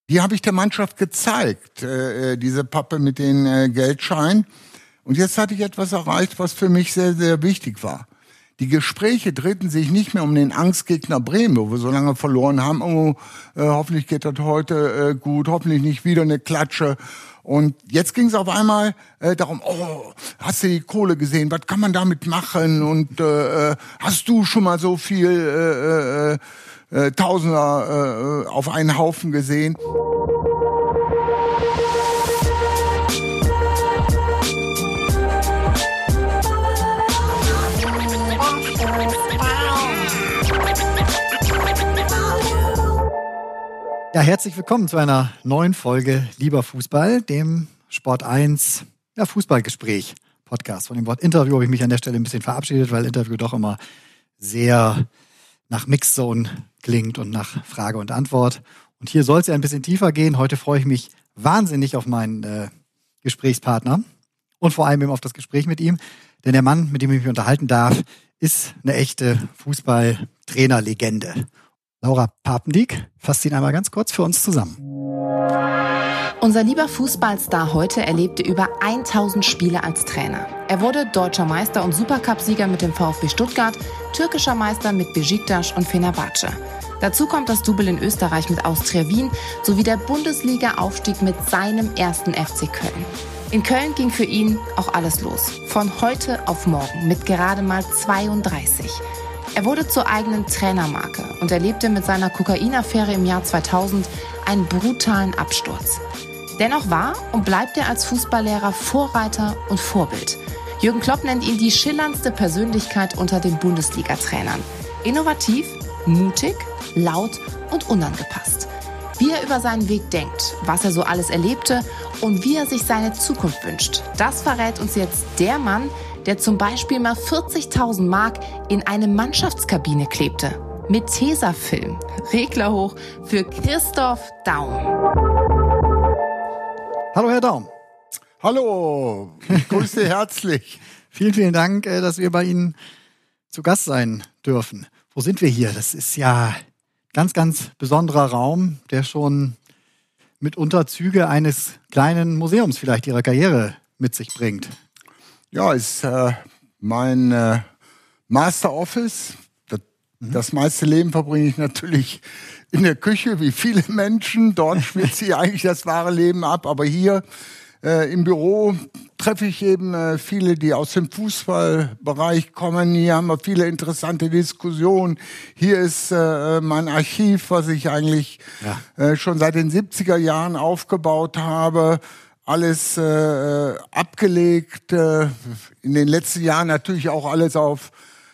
Die habe ich der Mannschaft gezeigt, diese Pappe mit den Geldscheinen. Und jetzt hatte ich etwas erreicht, was für mich sehr, sehr wichtig war. Die Gespräche drehten sich nicht mehr um den Angstgegner Bremen, wo wir so lange verloren haben. Hoffentlich geht das heute gut, hoffentlich nicht wieder eine Klatsche. Und jetzt ging es auf einmal darum, hast du die Kohle gesehen, was kann man damit machen? Und hast du schon mal so viel Tausender auf einen Haufen gesehen? Ja, herzlich willkommen zu einer neuen Folge Lieber Fußball, dem Sport 1 Fußballgespräch Podcast. Von dem Wort Interview habe ich mich an der Stelle ein bisschen verabschiedet, weil Interview doch immer sehr nach Mixzone klingt und nach Frage und Antwort. Und hier soll es ja ein bisschen tiefer gehen. Heute freue ich mich wahnsinnig auf meinen Gesprächspartner und vor allem eben auf das Gespräch mit ihm. Denn der Mann, mit dem ich mich unterhalten darf, ist eine echte Fußballtrainerlegende. Laura Papendiek fasst ihn einmal ganz kurz für uns zusammen. Unser lieber Fußballstar heute erlebte über 1000 Spiele als Trainer. Er wurde deutscher Meister und Supercup-Sieger mit dem VfB Stuttgart, türkischer Meister mit Beşiktaş und Fenerbahçe. Dazu kommt das Double in Österreich mit Austria Wien sowie der Bundesliga-Aufstieg mit seinem ersten FC Köln. In Köln ging für ihn auch alles los. Von heute auf morgen mit gerade mal 32. Er wurde zur eigenen Trainermarke und erlebte mit seiner Kokainaffäre im Jahr 2000 einen brutalen Absturz. Dennoch war und bleibt er als Fußballlehrer Vorreiter und Vorbild. Jürgen Klopp nennt ihn die schillerndste Persönlichkeit unter den Bundesliga-Trainern. Innovativ, mutig, laut und unangepasst. Wie er über seinen Weg denkt, was er so alles erlebte und wie er sich seine Zukunft wünscht, das verrät uns jetzt der Mann, der zum Beispiel mal 40.000 Mark in eine Mannschaftskabine klebte. Mit Tesafilm. Regler hoch für Christoph Daum. Hallo Herr Daum. Hallo, ich grüße herzlich. Vielen, vielen Dank, dass wir bei Ihnen zu Gast sein dürfen. Wo sind wir hier? Das ist ja ganz, ganz besonderer Raum, der schon mitunter Züge eines kleinen Museums vielleicht Ihrer Karriere mit sich bringt. Ja, ist mein Master Office. Das meiste Leben verbringe ich natürlich in der Küche, wie viele Menschen. Dort spielt sich eigentlich das wahre Leben ab. Aber hier im Büro treffe ich eben viele, die aus dem Fußballbereich kommen. Hier haben wir viele interessante Diskussionen. Hier ist mein Archiv, was ich eigentlich schon seit den 70er Jahren aufgebaut habe. Alles abgelegt, in den letzten Jahren natürlich auch alles auf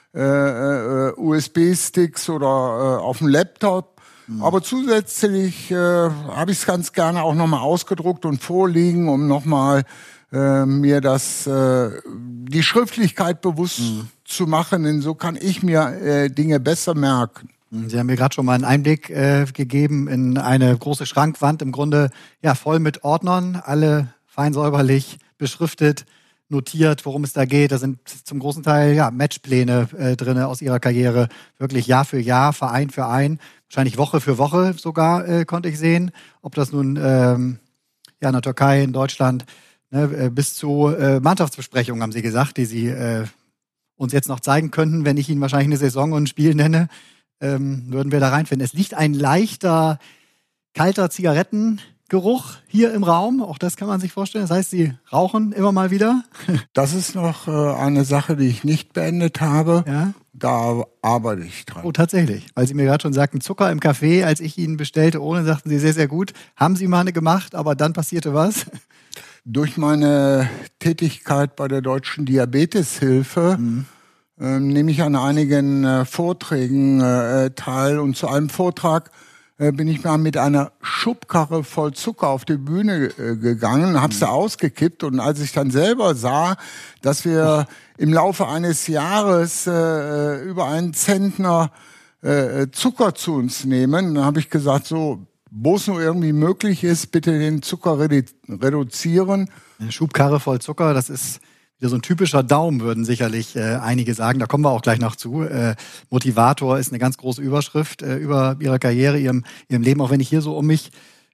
USB-Sticks oder auf dem Laptop. Aber zusätzlich habe ich es ganz gerne auch nochmal ausgedruckt und vorliegen, um nochmal mir die Schriftlichkeit bewusst zu machen. Denn so kann ich mir Dinge besser merken. Sie haben mir gerade schon mal einen Einblick gegeben in eine große Schrankwand, im Grunde voll mit Ordnern, alle fein säuberlich beschriftet, notiert, worum es da geht. Da sind zum großen Teil Matchpläne drin aus Ihrer Karriere, wirklich Jahr für Jahr, Verein für Verein, wahrscheinlich Woche für Woche sogar konnte ich sehen, ob das nun in der Türkei, in Deutschland, bis zu Mannschaftsbesprechungen, haben Sie gesagt, die Sie uns jetzt noch zeigen könnten, wenn ich Ihnen wahrscheinlich eine Saison und ein Spiel nenne. Würden wir da reinfinden. Es liegt ein leichter, kalter Zigarettengeruch hier im Raum. Auch das kann man sich vorstellen. Das heißt, Sie rauchen immer mal wieder. Das ist noch eine Sache, die ich nicht beendet habe. Ja? Da arbeite ich dran. Oh, tatsächlich. Weil Sie mir gerade schon sagten, Zucker im Kaffee, als ich Ihnen bestellte, sagten Sie sehr, sehr gut. Haben Sie mal eine gemacht, aber dann passierte was? Durch meine Tätigkeit bei der Deutschen Diabeteshilfe nehme ich an einigen Vorträgen teil. Und zu einem Vortrag bin ich mal mit einer Schubkarre voll Zucker auf die Bühne gegangen, habe sie ausgekippt. Und als ich dann selber sah, dass wir im Laufe eines Jahres über einen Zentner Zucker zu uns nehmen, dann habe ich gesagt, so, wo es nur irgendwie möglich ist, bitte den Zucker reduzieren. Eine Schubkarre voll Zucker, das ist wieder so ein typischer Daumen, würden sicherlich einige sagen. Da kommen wir auch gleich noch zu. Motivator ist eine ganz große Überschrift über Ihre Karriere, Ihrem Leben. Auch wenn ich hier so um mich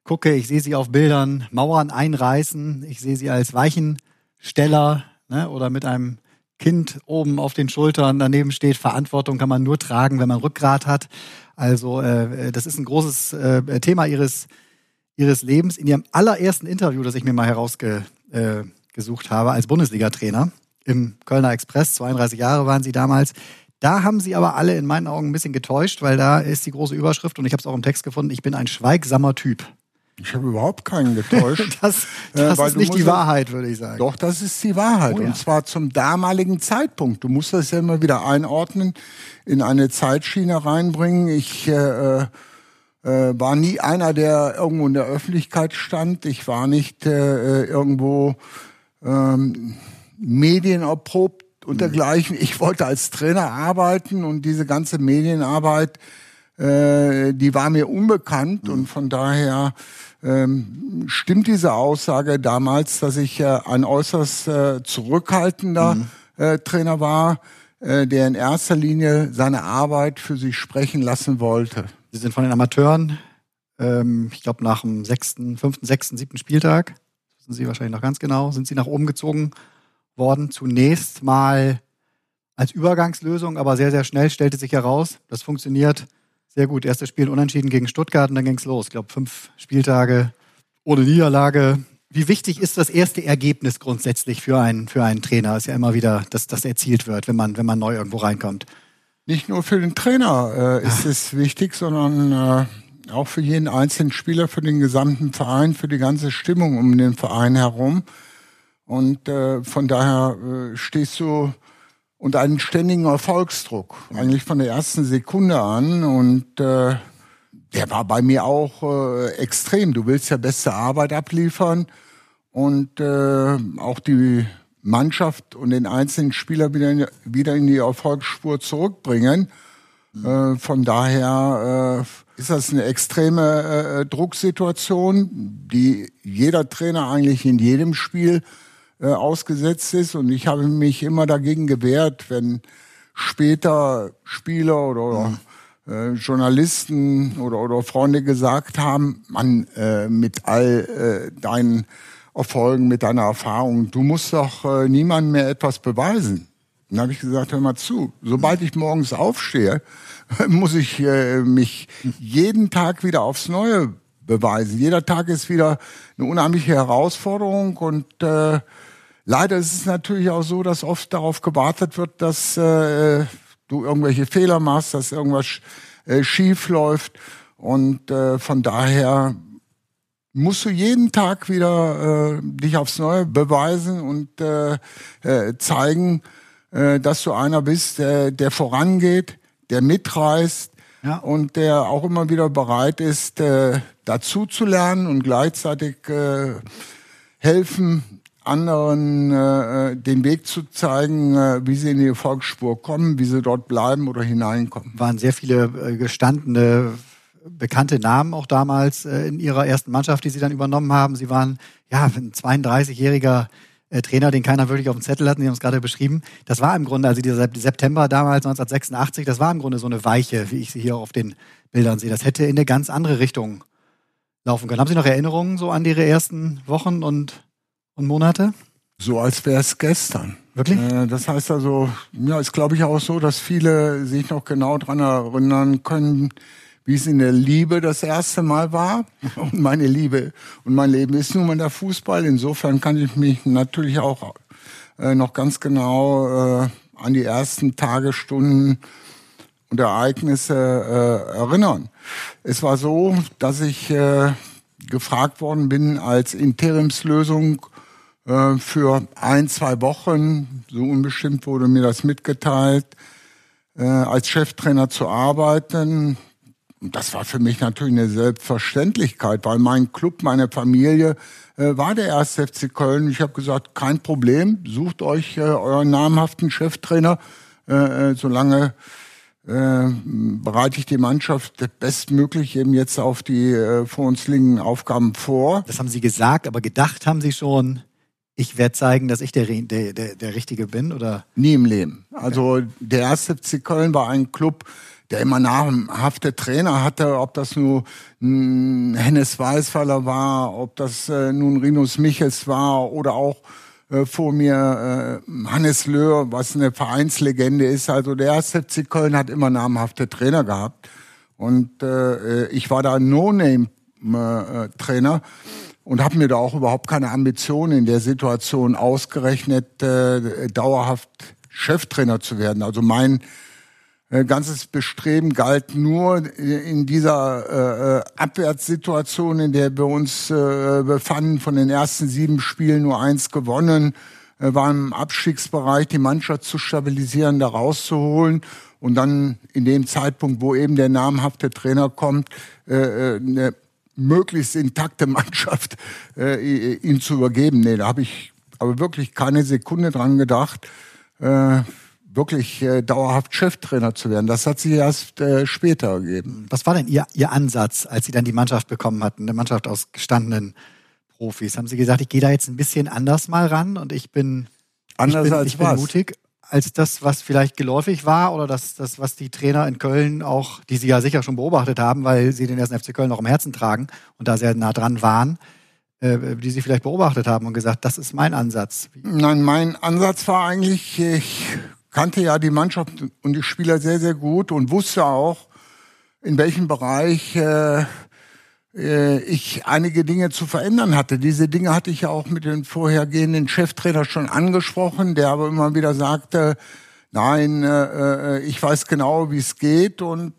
gucke, ich sehe sie auf Bildern Mauern einreißen, ich sehe sie als Weichensteller, ne, oder mit einem Kind oben auf den Schultern, daneben steht, Verantwortung kann man nur tragen, wenn man Rückgrat hat. Also das ist ein großes Thema ihres Lebens. In ihrem allerersten Interview, das ich mir mal herausgesucht habe als Bundesliga-Trainer im Kölner Express, 32 Jahre waren sie damals, da haben sie aber alle in meinen Augen ein bisschen getäuscht, weil da ist die große Überschrift, und ich habe es auch im Text gefunden, ich bin ein schweigsamer Typ. Ich habe überhaupt keinen getäuscht. Das ist nicht die Wahrheit, würde ich sagen. Doch, das ist die Wahrheit. Oh ja. Und zwar zum damaligen Zeitpunkt. Du musst das ja immer wieder einordnen, in eine Zeitschiene reinbringen. Ich war nie einer, der irgendwo in der Öffentlichkeit stand. Ich war nicht irgendwo medienerprobt und dergleichen. Ich wollte als Trainer arbeiten, und diese ganze Medienarbeit, die war mir unbekannt, und von daher stimmt diese Aussage damals, dass ich ein äußerst zurückhaltender Trainer war, der in erster Linie seine Arbeit für sich sprechen lassen wollte. Sie sind von den Amateuren, ich glaube nach dem 5., 6., 7. Spieltag, das wissen Sie wahrscheinlich noch ganz genau, sind Sie nach oben gezogen worden. Zunächst mal als Übergangslösung, aber sehr, sehr schnell stellte sich heraus, das funktioniert sehr gut. Erstes Spiel unentschieden gegen Stuttgart, und dann ging es los. Ich glaube 5 Spieltage ohne Niederlage. Wie wichtig ist das erste Ergebnis grundsätzlich für einen Trainer? Ist ja immer wieder, dass das erzielt wird, wenn man neu irgendwo reinkommt. Nicht nur für den Trainer ist es wichtig, sondern auch für jeden einzelnen Spieler, für den gesamten Verein, für die ganze Stimmung um den Verein herum. Und von daher stehst du unter einem ständigen Erfolgsdruck, eigentlich von der ersten Sekunde an. Und der war bei mir auch extrem. Du willst ja beste Arbeit abliefern und auch die Mannschaft und den einzelnen Spieler wieder in die Erfolgsspur zurückbringen. Von daher ist das eine extreme Drucksituation, die jeder Trainer eigentlich in jedem Spiel ausgesetzt ist. Und ich habe mich immer dagegen gewehrt, wenn später Spieler oder Journalisten oder Freunde gesagt haben, Mann, mit all deinen Erfolgen, mit deiner Erfahrung, du musst doch niemandem mehr etwas beweisen. Dann habe ich gesagt, hör mal zu, sobald ich morgens aufstehe, muss ich mich jeden Tag wieder aufs Neue beweisen. Jeder Tag ist wieder eine unheimliche Herausforderung, und leider ist es natürlich auch so, dass oft darauf gewartet wird, dass du irgendwelche Fehler machst, dass irgendwas schief läuft, und von daher musst du jeden Tag wieder dich aufs Neue beweisen und zeigen, dass du einer bist, der vorangeht, der mitreißt, ja, und der auch immer wieder bereit ist, dazu zu lernen und gleichzeitig helfen, anderen den Weg zu zeigen, wie sie in die Erfolgsspur kommen, wie sie dort bleiben oder hineinkommen. Waren sehr viele gestandene, bekannte Namen auch damals in ihrer ersten Mannschaft, die sie dann übernommen haben. Sie waren ja ein 32-jähriger Trainer, den keiner wirklich auf dem Zettel hatte. Sie haben es gerade beschrieben. Das war im Grunde, also dieser September damals 1986, das war im Grunde so eine Weiche, wie ich sie hier auf den Bildern sehe. Das hätte in eine ganz andere Richtung laufen können. Haben Sie noch Erinnerungen so an Ihre ersten Wochen und Monate? So als wäre es gestern. Wirklich? Das heißt also, ja, ist glaube ich auch so, dass viele sich noch genau daran erinnern können, wie es in der Liebe das erste Mal war. Und meine Liebe und mein Leben ist nun mal der Fußball. Insofern kann ich mich natürlich auch noch ganz genau an die ersten Tage, Stunden und Ereignisse erinnern. Es war so, dass ich gefragt worden bin als Interimslösung für 1-2 Wochen, so unbestimmt wurde mir das mitgeteilt, als Cheftrainer zu arbeiten. Und das war für mich natürlich eine Selbstverständlichkeit, weil mein Club, meine Familie war der 1. FC Köln. Ich habe gesagt, kein Problem, sucht euch euren namhaften Cheftrainer, solange bereite ich die Mannschaft bestmöglich eben jetzt auf die vor uns liegenden Aufgaben vor. Das haben Sie gesagt, aber gedacht haben Sie schon, ich werde zeigen, dass ich der Richtige bin, oder? Nie im Leben. Also der 1. FC Köln war ein Club, der immer namhafte Trainer hatte, ob das nur ein Hennes Weißweiler war, ob das nun Rinus Michels war oder auch vor mir Hannes Löhr, was eine Vereinslegende ist. Also der 1. FC Köln hat immer namhafte Trainer gehabt. Und ich war da ein No-Name-Trainer und habe mir da auch überhaupt keine Ambitionen in der Situation ausgerechnet, dauerhaft Cheftrainer zu werden. Also mein ganzes Bestreben galt nur in dieser Abwärtssituation, in der wir uns befanden, von den ersten 7 Spielen nur 1 gewonnen, war im Abstiegsbereich, die Mannschaft zu stabilisieren, da rauszuholen und dann in dem Zeitpunkt, wo eben der namhafte Trainer kommt, eine möglichst intakte Mannschaft ihm zu übergeben. Nee, da habe ich aber wirklich keine Sekunde dran gedacht, wirklich dauerhaft Cheftrainer zu werden. Das hat sich erst später ergeben. Was war denn Ihr Ansatz, als Sie dann die Mannschaft bekommen hatten, eine Mannschaft aus gestandenen Profis? Haben Sie gesagt, ich gehe da jetzt ein bisschen anders mal ran und ich bin mutig als das, was vielleicht geläufig war oder das, was die Trainer in Köln auch, die Sie ja sicher schon beobachtet haben, weil Sie den 1. FC Köln noch im Herzen tragen und da sehr nah dran waren, die Sie vielleicht beobachtet haben und gesagt, das ist mein Ansatz? Nein, mein Ansatz war eigentlich, ich kannte ja die Mannschaft und die Spieler sehr, sehr gut und wusste auch, in welchem Bereich ich einige Dinge zu verändern hatte. Diese Dinge hatte ich ja auch mit den vorhergehenden Cheftrainer schon angesprochen, der aber immer wieder sagte, nein, ich weiß genau, wie es geht und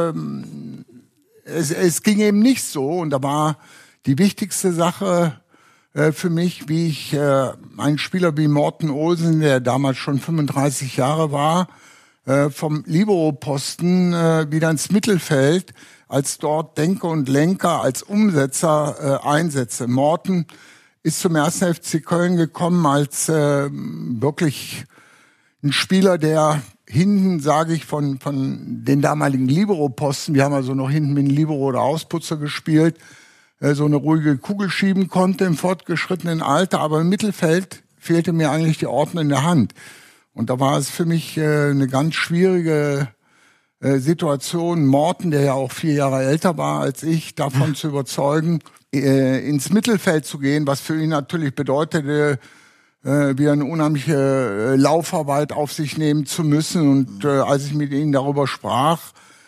es ging eben nicht so. Und da war die wichtigste Sache für mich, wie ich einen Spieler wie Morten Olsen, der damals schon 35 Jahre war, vom Libero-Posten wieder ins Mittelfeld als dort Denker und Lenker, als Umsetzer einsetze. Morten ist zum 1. FC Köln gekommen als wirklich ein Spieler, der hinten, sage ich, von den damaligen Libero-Posten, wir haben also noch hinten mit dem Libero oder Ausputzer gespielt, so eine ruhige Kugel schieben konnte im fortgeschrittenen Alter, aber im Mittelfeld fehlte mir eigentlich die Ordnung in der Hand. Und da war es für mich eine ganz schwierige Situation, Morten, der ja auch 4 Jahre älter war als ich, davon zu überzeugen, ins Mittelfeld zu gehen, was für ihn natürlich bedeutete, wieder eine unheimliche Laufarbeit auf sich nehmen zu müssen. Und als ich mit ihm darüber sprach,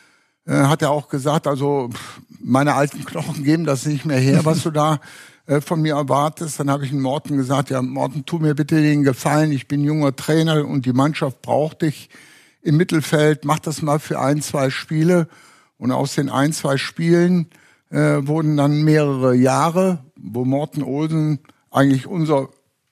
hat er auch gesagt, also meine alten Knochen geben das nicht mehr her, was du da von mir erwartest. Dann habe ich Morten gesagt, ja Morten, tu mir bitte den Gefallen, ich bin junger Trainer und die Mannschaft braucht dich im Mittelfeld, mach das mal für 1, 2 Spiele. Und aus den 1, 2 Spielen wurden dann mehrere Jahre, wo Morten Olsen eigentlich unser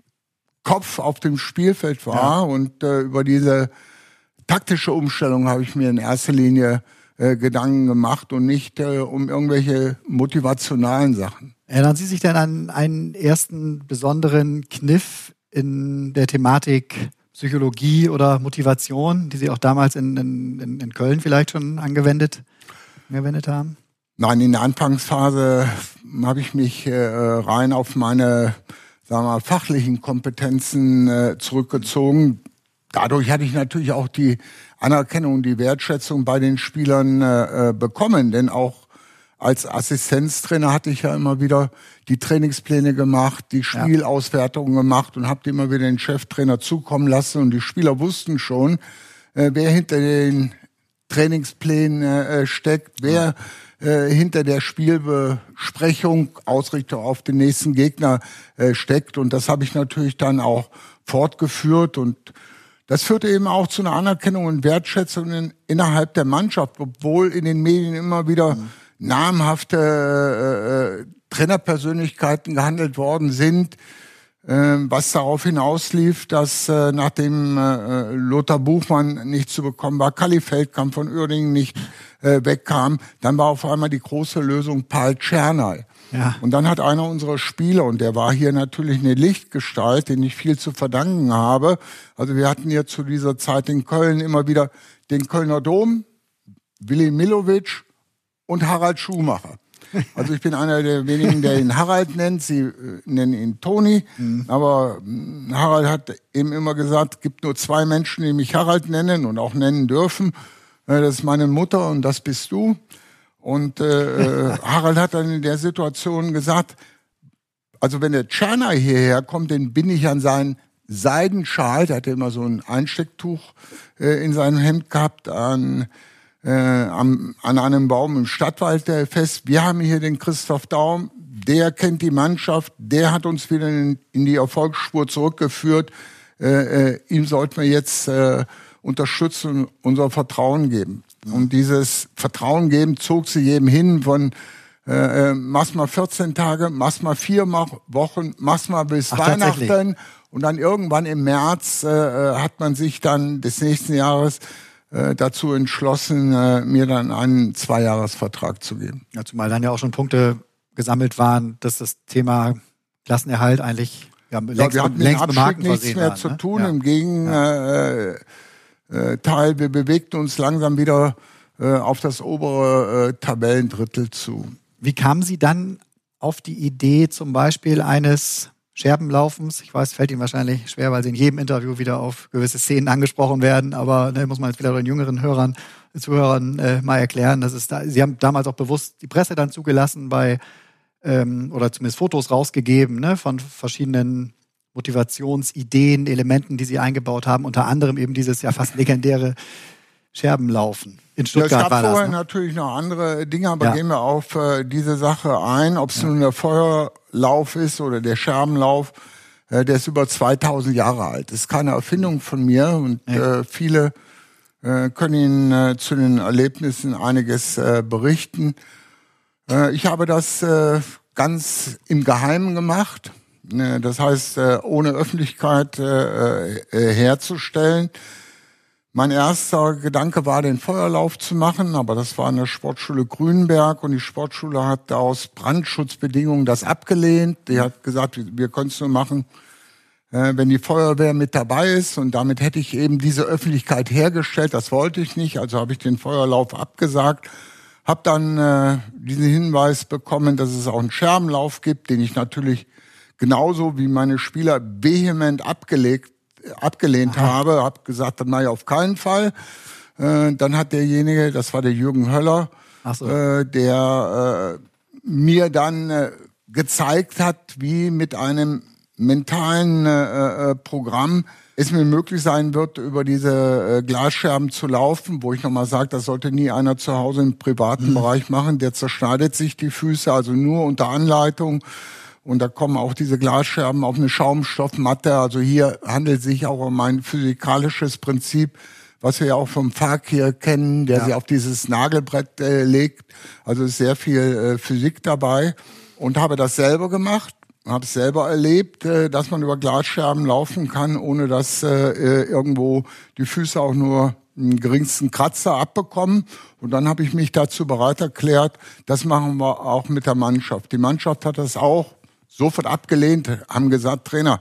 Kopf auf dem Spielfeld war. Ja. Und über diese taktische Umstellung habe ich mir in erster Linie Gedanken gemacht und nicht um irgendwelche motivationalen Sachen. Erinnern Sie sich denn an einen ersten besonderen Kniff in der Thematik Psychologie oder Motivation, die Sie auch damals in Köln vielleicht schon angewendet haben? Nein, in der Anfangsphase habe ich mich rein auf meine, sagen wir mal, fachlichen Kompetenzen zurückgezogen. Dadurch hatte ich natürlich auch die Anerkennung und die Wertschätzung bei den Spielern bekommen, denn auch als Assistenztrainer hatte ich ja immer wieder die Trainingspläne gemacht, die Spielauswertungen gemacht und habe die immer wieder den Cheftrainer zukommen lassen. Und die Spieler wussten schon, wer hinter den Trainingsplänen steckt, wer hinter der Spielbesprechung, Ausrichtung auf den nächsten Gegner steckt. Und das habe ich natürlich dann auch fortgeführt. Und das führte eben auch zu einer Anerkennung und Wertschätzung innerhalb der Mannschaft, obwohl in den Medien immer wieder namhafte Trainerpersönlichkeiten gehandelt worden sind, was darauf hinauslief, dass nachdem Lothar Buchmann nicht zu bekommen war, Kalli Feldkamp von Uerdingen nicht wegkam, dann war auf einmal die große Lösung Paul Czernay. Ja. Und dann hat einer unserer Spieler, und der war hier natürlich eine Lichtgestalt, den ich viel zu verdanken habe, also wir hatten hier zu dieser Zeit in Köln immer wieder den Kölner Dom, Willi Milovic und Harald Schumacher. Also ich bin einer der wenigen, der ihn Harald nennt. Sie nennen ihn Toni. Aber Harald hat eben immer gesagt, es gibt nur 2 Menschen, die mich Harald nennen und auch nennen dürfen. das ist meine Mutter und das bist du. Und Harald hat dann in der Situation gesagt, also wenn der Tscherner hierher kommt, dann bin ich an seinen Seidenschal, der hatte immer so ein Einstecktuch in seinem Hemd gehabt, an einem Baum im Stadtwald fest. Wir haben hier den Christoph Daum, der kennt die Mannschaft, der hat uns wieder in die Erfolgsspur zurückgeführt. Ihm sollten wir jetzt unterstützen und unser Vertrauen geben. Und dieses Vertrauen geben zog sie jedem hin von mach's mal 14 Tage, mach's mal 4 Wochen, mach's mal bis Weihnachten. Und dann irgendwann im März hat man sich dann des nächsten Jahres dazu entschlossen, mir dann einen 2-Jahres-Vertrag zu geben. Ja, zumal dann ja auch schon Punkte gesammelt waren, dass das Thema Klassenerhalt eigentlich längst wir hatten längst mit dem Abstieg nichts mehr zu tun. Ja. Im Gegenteil, wir bewegten uns langsam wieder auf das obere Tabellendrittel zu. Wie kamen Sie dann auf die Idee zum Beispiel eines Scherbenlaufens? Ich weiß, fällt Ihnen wahrscheinlich schwer, weil Sie in jedem Interview wieder auf gewisse Szenen angesprochen werden, aber muss man jetzt wieder den jüngeren Zuhörern mal erklären. Sie haben damals auch bewusst die Presse dann zugelassen oder zumindest Fotos rausgegeben, von verschiedenen Motivationsideen, Elementen, die Sie eingebaut haben, unter anderem eben dieses ja fast legendäre Scherbenlaufen. In Stuttgart war das. Es gab vorher natürlich noch andere Dinge, aber gehen wir auf diese Sache ein. Ob es nun der Feuerlauf ist oder der Scherbenlauf, der ist über 2000 Jahre alt. Das ist keine Erfindung von mir und viele können Ihnen zu den Erlebnissen einiges berichten. Ich habe das ganz im Geheimen gemacht. Das heißt, ohne Öffentlichkeit herzustellen. Mein erster Gedanke war, den Feuerlauf zu machen, aber das war in der Sportschule Grünberg und die Sportschule hat aus Brandschutzbedingungen das abgelehnt. Die hat gesagt, wir können es nur machen, wenn die Feuerwehr mit dabei ist, und damit hätte ich eben diese Öffentlichkeit hergestellt. Das wollte ich nicht, also habe ich den Feuerlauf abgesagt. Habe dann diesen Hinweis bekommen, dass es auch einen Scherbenlauf gibt, den ich natürlich genauso wie meine Spieler vehement abgelehnt habe, habe gesagt, das mache ich auf keinen Fall. Dann hat derjenige, das war der Jürgen Höller, der mir dann gezeigt hat, wie mit einem mentalen Programm es mir möglich sein wird, über diese Glasscherben zu laufen, wo ich nochmal sage, das sollte nie einer zu Hause im privaten Bereich machen, der zerschneidet sich die Füße, also nur unter Anleitung. Und da kommen auch diese Glasscherben auf eine Schaumstoffmatte. Also hier handelt es sich auch um ein physikalisches Prinzip, was wir ja auch vom Fakir kennen, der sich auf dieses Nagelbrett legt. Also ist sehr viel Physik dabei. Und habe das selber gemacht, habe es selber erlebt, dass man über Glasscherben laufen kann, ohne dass irgendwo die Füße auch nur einen geringsten Kratzer abbekommen. Und dann habe ich mich dazu bereit erklärt, das machen wir auch mit der Mannschaft. Die Mannschaft hat das auch sofort abgelehnt, haben gesagt, Trainer,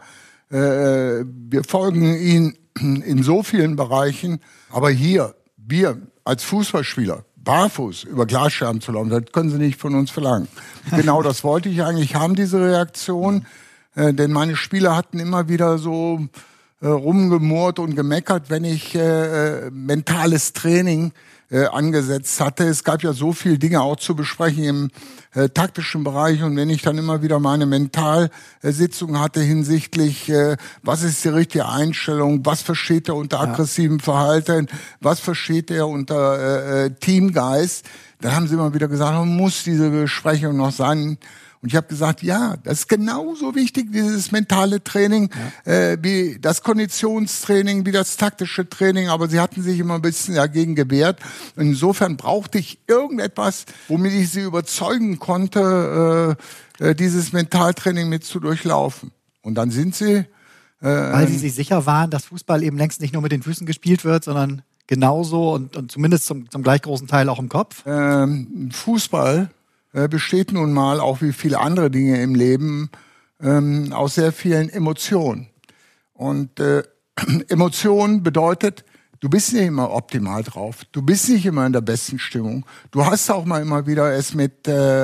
wir folgen Ihnen in so vielen Bereichen, aber hier, wir als Fußballspieler, barfuß über Glasscherben zu laufen, das können Sie nicht von uns verlangen. Genau das wollte ich eigentlich haben, diese Reaktion, denn meine Spieler hatten immer wieder so rumgemurrt und gemeckert, wenn ich mentales Training angesetzt hatte. Es gab ja so viele Dinge auch zu besprechen im taktischen Bereich, und wenn ich dann immer wieder meine Mentalsitzung hatte hinsichtlich, was ist die richtige Einstellung, was versteht er unter aggressivem Verhalten, was versteht er unter Teamgeist, dann haben sie immer wieder gesagt, muss diese Besprechung noch sein. Und ich habe gesagt, ja, das ist genauso wichtig, dieses mentale Training, wie das Konditionstraining, wie das taktische Training. Aber sie hatten sich immer ein bisschen dagegen gewehrt. Und insofern brauchte ich irgendetwas, womit ich sie überzeugen konnte, dieses Mentaltraining mit zu durchlaufen. Und dann sind sie... Weil sie sich sicher waren, dass Fußball eben längst nicht nur mit den Füßen gespielt wird, sondern genauso und zumindest zum gleich großen Teil auch im Kopf? Fußball besteht nun mal, auch wie viele andere Dinge im Leben, aus sehr vielen Emotionen. Und Emotionen bedeutet, du bist nicht immer optimal drauf. Du bist nicht immer in der besten Stimmung. Du hast auch mal immer wieder es mit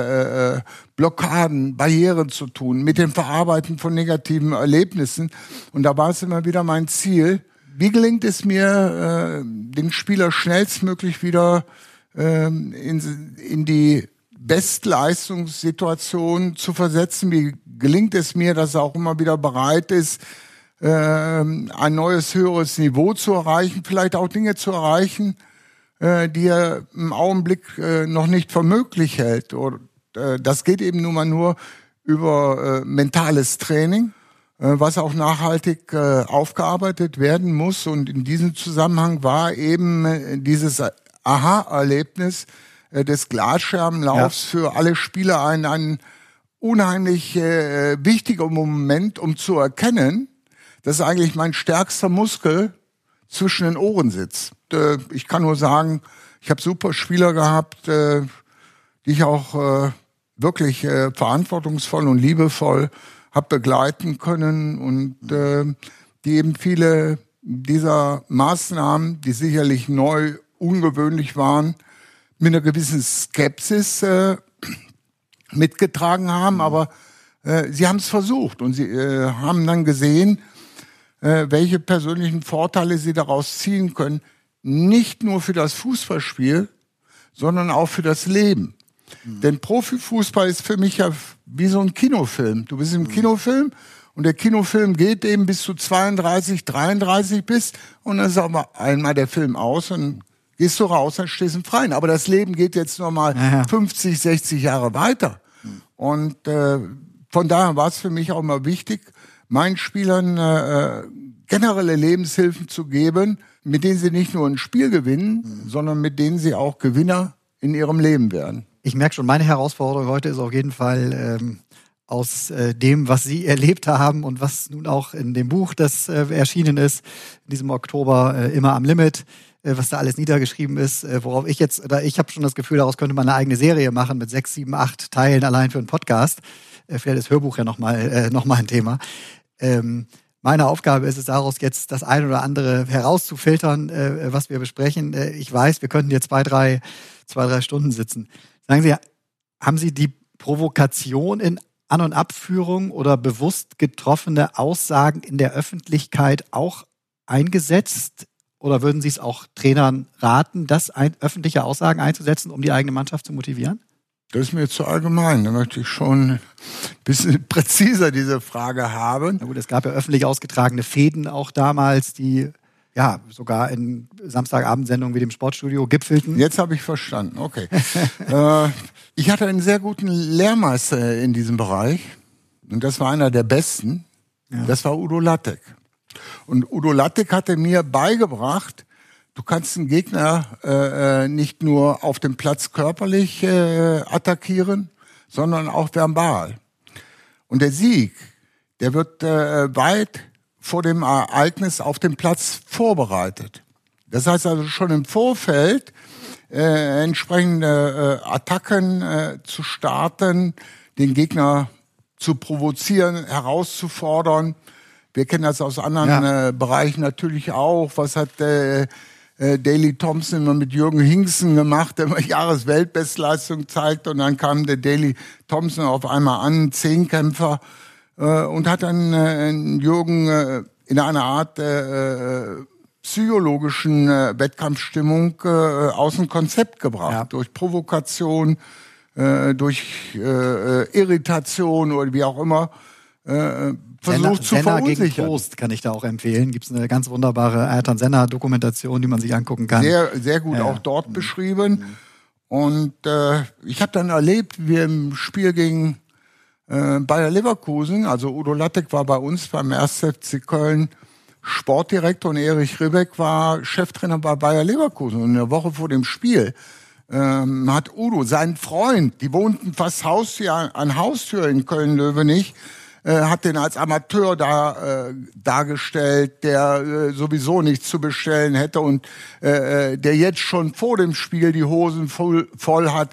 Blockaden, Barrieren zu tun, mit dem Verarbeiten von negativen Erlebnissen. Und da war es immer wieder mein Ziel, Wie gelingt es mir, den Spieler schnellstmöglich wieder in die Bestleistungssituation zu versetzen? Wie gelingt es mir, dass er auch immer wieder bereit ist, ein neues, höheres Niveau zu erreichen, vielleicht auch Dinge zu erreichen, die er im Augenblick noch nicht für möglich hält? Oder, das geht eben nun mal nur über mentales Training, was auch nachhaltig aufgearbeitet werden muss. Und in diesem Zusammenhang war eben dieses Aha-Erlebnis des Glasscherbenlaufs für alle Spieler ein unheimlich wichtiger Moment, um zu erkennen, dass eigentlich mein stärkster Muskel zwischen den Ohren sitzt. Ich kann nur sagen, ich habe super Spieler gehabt, die ich auch wirklich verantwortungsvoll und liebevoll habe begleiten können und die eben viele dieser Maßnahmen, die sicherlich neu, ungewöhnlich waren, mit einer gewissen Skepsis mitgetragen haben, aber sie haben es versucht und sie haben dann gesehen, welche persönlichen Vorteile sie daraus ziehen können, nicht nur für das Fußballspiel, sondern auch für das Leben. Denn Profifußball ist für mich ja wie so ein Kinofilm. Du bist im Kinofilm und der Kinofilm geht eben bis du 32, 33 bist und dann ist aber einmal der Film aus und gehst du raus, dann stehst du im Freien. Aber das Leben geht jetzt nochmal 50, 60 Jahre weiter. Und von daher war es für mich auch immer wichtig, meinen Spielern generelle Lebenshilfen zu geben, mit denen sie nicht nur ein Spiel gewinnen, sondern mit denen sie auch Gewinner in ihrem Leben werden. Ich merke schon, meine Herausforderung heute ist auf jeden Fall aus dem, was Sie erlebt haben und was nun auch in dem Buch, das erschienen ist, in diesem Oktober, immer am Limit, was da alles niedergeschrieben ist, worauf ich habe schon das Gefühl, daraus könnte man eine eigene Serie machen mit 6, 7, 8 Teilen allein für einen Podcast. Vielleicht ist Hörbuch ja noch mal ein Thema. Meine Aufgabe ist es, daraus jetzt das ein oder andere herauszufiltern, was wir besprechen. Ich weiß, wir könnten jetzt zwei, drei Stunden sitzen. Sagen Sie, haben Sie die Provokation in An- und Abführung oder bewusst getroffene Aussagen in der Öffentlichkeit auch eingesetzt? Oder würden Sie es auch Trainern raten, öffentliche Aussagen einzusetzen, um die eigene Mannschaft zu motivieren? Das ist mir zu allgemein. Da möchte ich schon ein bisschen präziser diese Frage haben. Na gut, es gab ja öffentlich ausgetragene Fäden auch damals, die ja sogar in Samstagabendsendungen wie dem Sportstudio gipfelten. Jetzt habe ich verstanden, okay. Ich hatte einen sehr guten Lehrmeister in diesem Bereich und das war einer der besten. Ja. Das war Udo Lattek. Und Udo Lattek hatte mir beigebracht, du kannst einen Gegner nicht nur auf dem Platz körperlich attackieren, sondern auch verbal. Und der Sieg, der wird weit vor dem Ereignis auf dem Platz vorbereitet. Das heißt also schon im Vorfeld entsprechende Attacken zu starten, den Gegner zu provozieren, herauszufordern. Wir kennen das aus anderen Bereichen natürlich auch. Was hat Daley Thompson immer mit Jürgen Hingsten gemacht, der mal Jahresweltbestleistung zeigt und dann kam der Daley Thompson auf einmal an, Zehnkämpfer, und hat dann Jürgen in einer Art psychologischen Wettkampfstimmung aus dem Konzept gebracht. Durch Provokation, durch Irritation oder wie auch immer, versucht zu verunsichern. Gegen Trost kann ich da auch empfehlen. Gibt es eine ganz wunderbare Ayrton Senna-Dokumentation, die man sich angucken kann. Sehr, sehr gut auch dort beschrieben. Und ich habe dann erlebt, wie wir im Spiel gegen Bayer Leverkusen, also Udo Lattek war bei uns beim 1. FC Köln Sportdirektor und Erich Ribbeck war Cheftrainer bei Bayer Leverkusen. Und eine Woche vor dem Spiel hat Udo, seinen Freund, die wohnten fast Haustür an Haustür in Köln-Löwenich, hat den als Amateur dargestellt, der sowieso nichts zu bestellen hätte und der jetzt schon vor dem Spiel die Hosen voll hat.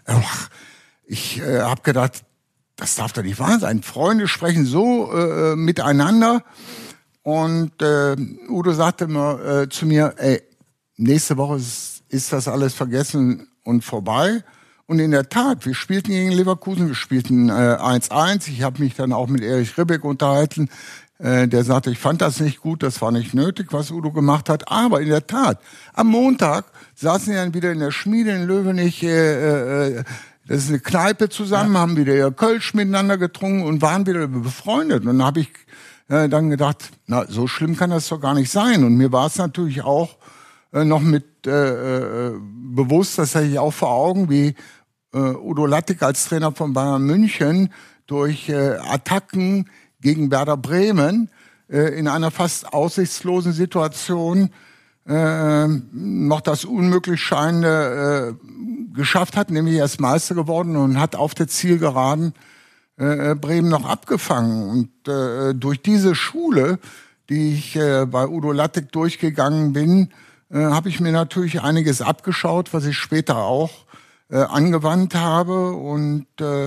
Ich habe gedacht, das darf doch nicht wahr sein. Freunde sprechen so miteinander. Und Udo sagte immer zu mir, ey, nächste Woche ist das alles vergessen und vorbei. Und in der Tat, wir spielten gegen Leverkusen, wir spielten 1-1. Ich habe mich dann auch mit Erich Ribbeck unterhalten. Der sagte, ich fand das nicht gut, das war nicht nötig, was Udo gemacht hat. Aber in der Tat, am Montag saßen wir dann wieder in der Schmiede in Löwenich, das ist eine Kneipe zusammen, haben wieder Kölsch miteinander getrunken und waren wieder befreundet. Und dann habe ich dann gedacht, na, so schlimm kann das doch gar nicht sein. Und mir war es natürlich auch noch mit bewusst, das hatte ich auch vor Augen, wie Udo Lattek als Trainer von Bayern München durch Attacken gegen Werder Bremen in einer fast aussichtslosen Situation noch das unmöglich Scheinende geschafft hat, nämlich er ist Meister geworden und hat auf der Zielgeraden Bremen noch abgefangen. Und durch diese Schule, die ich bei Udo Lattek durchgegangen bin, habe ich mir natürlich einiges abgeschaut, was ich später auch angewandt habe. Und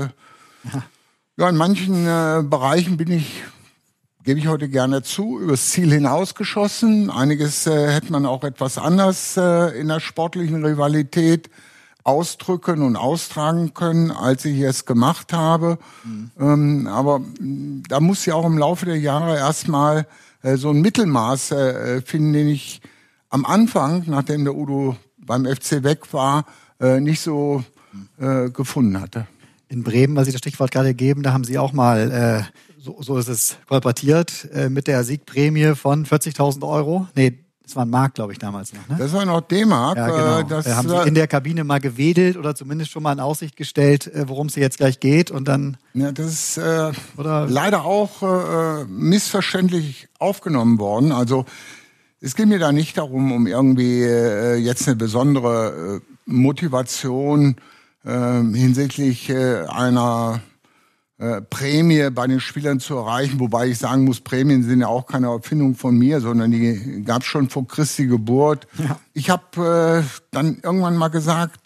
ja, in manchen Bereichen gebe ich heute gerne zu, übers Ziel hinausgeschossen. Einiges hätte man auch etwas anders in der sportlichen Rivalität ausdrücken und austragen können, als ich es gemacht habe. Aber da muss ja auch im Laufe der Jahre erstmal so ein Mittelmaß finden, den ich am Anfang, nachdem der Udo beim FC weg war, nicht so gefunden hatte. In Bremen, weil Sie das Stichwort gerade gegeben, da haben Sie auch mal, so ist es kolportiert, mit der Siegprämie von 40.000 Euro. Nee, das war ein Mark, glaube ich, damals noch. Ne? Das war noch D-Mark. Ja, genau. Haben Sie in der Kabine mal gewedelt oder zumindest schon mal in Aussicht gestellt, worum es jetzt gleich geht und dann... Ja, das ist leider auch missverständlich aufgenommen worden. Also es geht mir da nicht darum, um irgendwie jetzt eine besondere Motivation hinsichtlich einer Prämie bei den Spielern zu erreichen, wobei ich sagen muss, Prämien sind ja auch keine Erfindung von mir, sondern die gab es schon vor Christi Geburt. Ja. Ich habe dann irgendwann mal gesagt,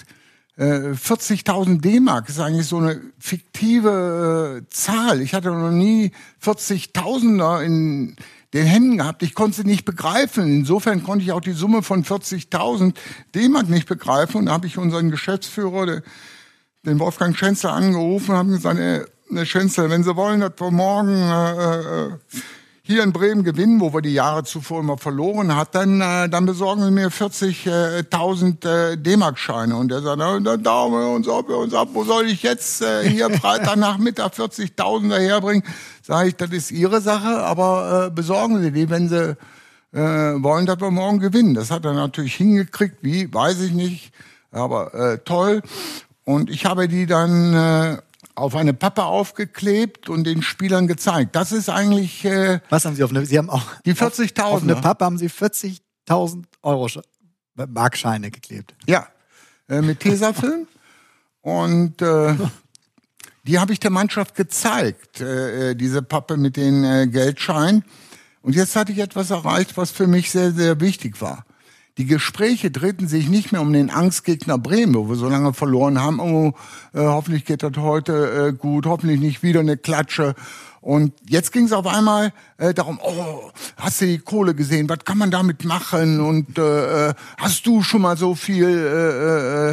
40.000 D-Mark ist eigentlich so eine fiktive Zahl. Ich hatte noch nie 40.000er in den Händen gehabt. Ich konnte sie nicht begreifen. Insofern konnte ich auch die Summe von 40.000 D-Mark nicht begreifen. Und da habe ich unseren Geschäftsführer, den Wolfgang Schänzler, angerufen und habe gesagt, Herr Schänzler, wenn Sie wollen, dass wir morgen hier in Bremen gewinnen, wo wir die Jahre zuvor immer verloren hatten, dann besorgen Sie mir 40.000 D-Mark-Scheine. Und er sagt, na, dann dauern wir uns ab. Wo soll ich jetzt hier Freitagnachmittag 40.000 daherbringen? Sage ich, das ist Ihre Sache, aber besorgen Sie die, wenn Sie wollen, dass wir morgen gewinnen. Das hat er natürlich hingekriegt. Wie, weiß ich nicht. Aber toll. Und ich habe die dann auf eine Pappe aufgeklebt und den Spielern gezeigt. Das ist eigentlich... Was haben Sie auf eine... Sie haben auch... Die 40.000. Auf eine Pappe haben Sie 40.000 Euro Markscheine geklebt. Ja, mit Tesafilm. Und die habe ich der Mannschaft gezeigt, diese Pappe mit den Geldscheinen. Und jetzt hatte ich etwas erreicht, was für mich sehr, sehr wichtig war. Die Gespräche drehten sich nicht mehr um den Angstgegner Bremen, wo wir so lange verloren haben. Oh, hoffentlich geht das heute gut, hoffentlich nicht wieder eine Klatsche. Und jetzt ging es auf einmal darum, oh, hast du die Kohle gesehen, was kann man damit machen? Und hast du schon mal so viel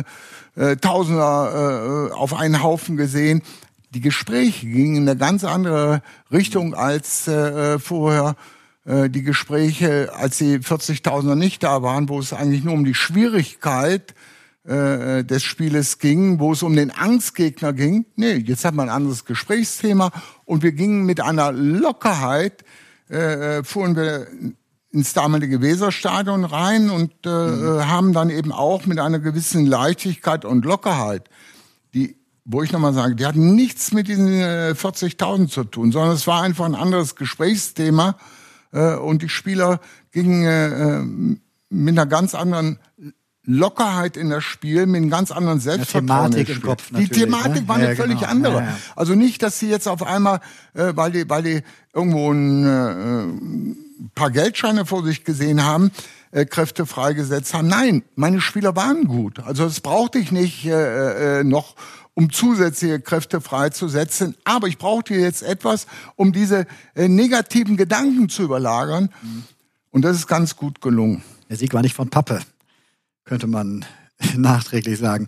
Tausender auf einen Haufen gesehen? Die Gespräche gingen in eine ganz andere Richtung als vorher. Die Gespräche, als die 40.000er nicht da waren, wo es eigentlich nur um die Schwierigkeit des Spieles ging, wo es um den Angstgegner ging. Nee, jetzt hat man ein anderes Gesprächsthema und wir gingen mit einer Lockerheit, fuhren wir ins damalige Weserstadion rein und haben dann eben auch mit einer gewissen Leichtigkeit und Lockerheit, wo ich nochmal sage, die hatten nichts mit diesen 40.000 zu tun, sondern es war einfach ein anderes Gesprächsthema. Und die Spieler gingen mit einer ganz anderen Lockerheit in das Spiel, mit einem ganz anderen Selbstvertrauen. Die Thematik im Kopf natürlich. Die Thematik war eine völlig andere. Ja. Also nicht, dass sie jetzt auf einmal, weil die irgendwo ein paar Geldscheine vor sich gesehen haben, Kräfte freigesetzt haben. Nein, meine Spieler waren gut. Also das brauchte ich nicht noch, um zusätzliche Kräfte freizusetzen. Aber ich brauchte jetzt etwas, um diese negativen Gedanken zu überlagern. Und das ist ganz gut gelungen. Der Sieg war nicht von Pappe, könnte man nachträglich sagen.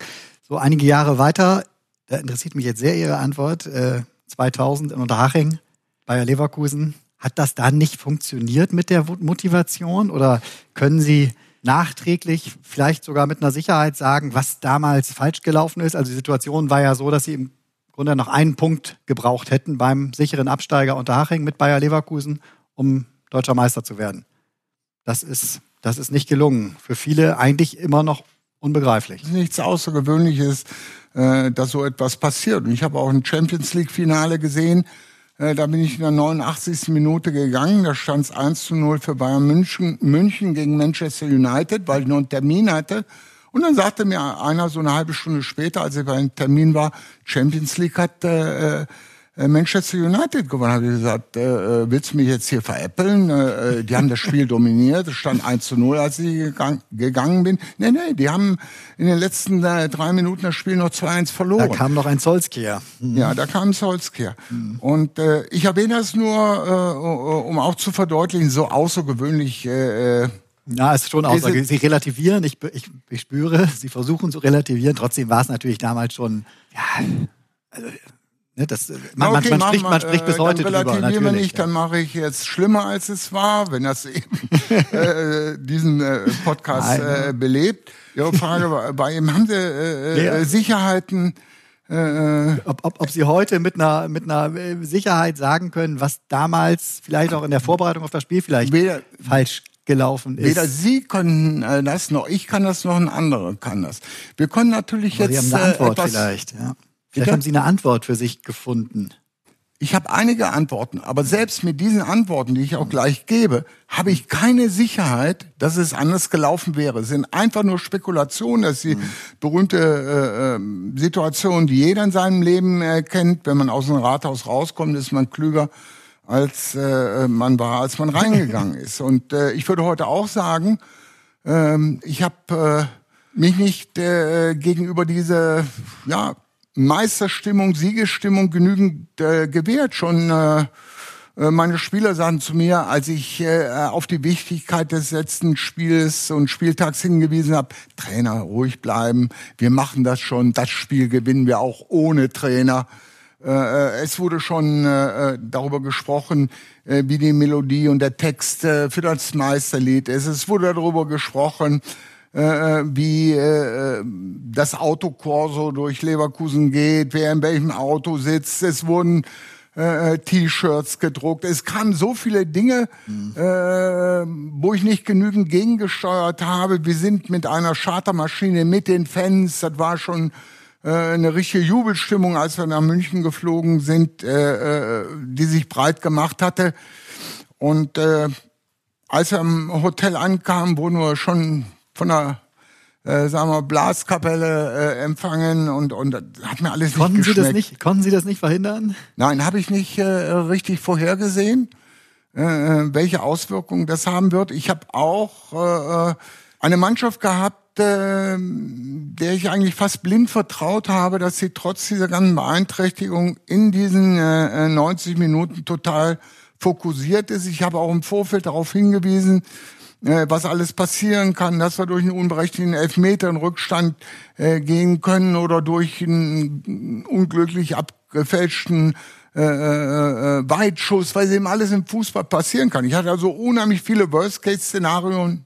So einige Jahre weiter, da interessiert mich jetzt sehr Ihre Antwort, 2000 in Unterhaching, Bayer Leverkusen. Hat das da nicht funktioniert mit der Motivation oder können Sie nachträglich vielleicht sogar mit einer Sicherheit sagen, was damals falsch gelaufen ist? Also die Situation war ja so, dass Sie im Grunde noch einen Punkt gebraucht hätten beim sicheren Absteiger Unterhaching mit Bayer Leverkusen, um deutscher Meister zu werden. Das ist nicht gelungen. Für viele eigentlich immer noch unbegreiflich. Es ist nichts Außergewöhnliches, dass so etwas passiert. Und ich habe auch ein Champions-League-Finale gesehen. Da bin ich in der 89. Minute gegangen. Da stand es 1:0 für Bayern München gegen Manchester United, weil ich noch einen Termin hatte. Und dann sagte mir einer so eine halbe Stunde später, als ich bei einem Termin war, Champions League hat Manchester United gewonnen. Habe ich gesagt, willst du mich jetzt hier veräppeln? Die haben das Spiel dominiert. Es stand 1:0, als ich gegangen bin. Nee, die haben in den letzten 3 Minuten das Spiel noch 2:1 verloren. Da kam noch ein Solskjaer. Ja, da kam Solskjaer. Und ich erwähne das nur, um auch zu verdeutlichen, so außergewöhnlich. Ja, es ist schon außergewöhnlich. Sie relativieren, ich spüre, Sie versuchen zu relativieren. Trotzdem war es natürlich damals schon, ja, also, ne, man spricht bis heute drüber. Dann relativieren wir nicht, dann mache ich jetzt schlimmer, als es war, wenn das eben diesen Podcast belebt. Ihre Frage war bei ihm, haben Sie Sicherheiten? Ob Sie heute mit einer Sicherheit sagen können, was damals vielleicht auch in der Vorbereitung auf das Spiel vielleicht falsch gelaufen ist. Weder Sie können das, noch ich kann das, noch ein anderer kann das. Wir können natürlich aber jetzt Sie haben eine Antwort vielleicht, ja. Vielleicht haben Sie eine Antwort für sich gefunden. Ich habe einige Antworten, aber selbst mit diesen Antworten, die ich auch gleich gebe, habe ich keine Sicherheit, dass es anders gelaufen wäre. Es sind einfach nur Spekulationen, dass die berühmte Situation, die jeder in seinem Leben kennt, wenn man aus dem Rathaus rauskommt, ist man klüger, als man war, als man reingegangen ist. Und ich würde heute auch sagen, ich habe mich nicht gegenüber diese Meisterstimmung, Siegesstimmung genügend gewährt. Schon meine Spieler sagten zu mir, als ich auf die Wichtigkeit des letzten Spiels und Spieltags hingewiesen habe, Trainer, ruhig bleiben, wir machen das schon, das Spiel gewinnen wir auch ohne Trainer. Es wurde schon darüber gesprochen, wie die Melodie und der Text für das Meisterlied ist. Es wurde darüber gesprochen, wie das Autokorso durch Leverkusen geht, wer in welchem Auto sitzt. Es wurden T-Shirts gedruckt. Es kamen so viele Dinge, wo ich nicht genügend gegengesteuert habe. Wir sind mit einer Chartermaschine mit den Fans. Das war schon eine richtige Jubelstimmung, als wir nach München geflogen sind, die sich breit gemacht hatte. Und als wir im Hotel ankamen, wurden wir schon von der Blaskapelle empfangen und hat mir alles nicht geschmeckt. Konnten Sie das nicht verhindern? Nein, habe ich nicht richtig vorhergesehen, welche Auswirkungen das haben wird. Ich habe auch eine Mannschaft gehabt, der ich eigentlich fast blind vertraut habe, dass sie trotz dieser ganzen Beeinträchtigung in diesen 90 Minuten total fokussiert ist. Ich habe auch im Vorfeld darauf hingewiesen, was alles passieren kann, dass wir durch einen unberechtigten Elfmeter in Rückstand gehen können oder durch einen unglücklich abgefälschten Weitschuss, weil eben alles im Fußball passieren kann. Ich hatte also unheimlich viele Worst-Case-Szenarien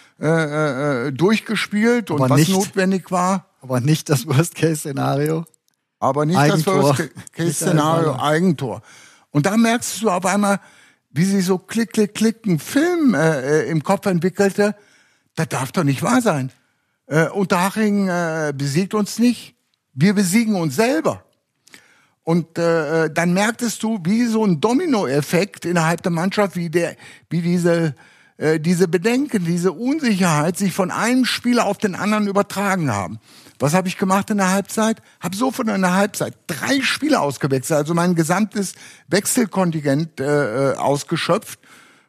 durchgespielt und was notwendig war. Aber nicht das Worst-Case-Szenario. Aber nicht Eigentor. Das Worst-Case-Szenario, Eigentor. Und da merkst du auf einmal, wie sie so klick, einen Film im Kopf entwickelte. Das darf doch nicht wahr sein. Unterhaching besiegt uns nicht. Wir besiegen uns selber. Und dann merktest du, wie so ein Dominoeffekt innerhalb der Mannschaft, wie diese Bedenken, diese Unsicherheit sich von einem Spieler auf den anderen übertragen haben. Was habe ich gemacht in der Halbzeit? Habe sofort in der Halbzeit 3 Spieler ausgewechselt, also mein gesamtes Wechselkontingent ausgeschöpft,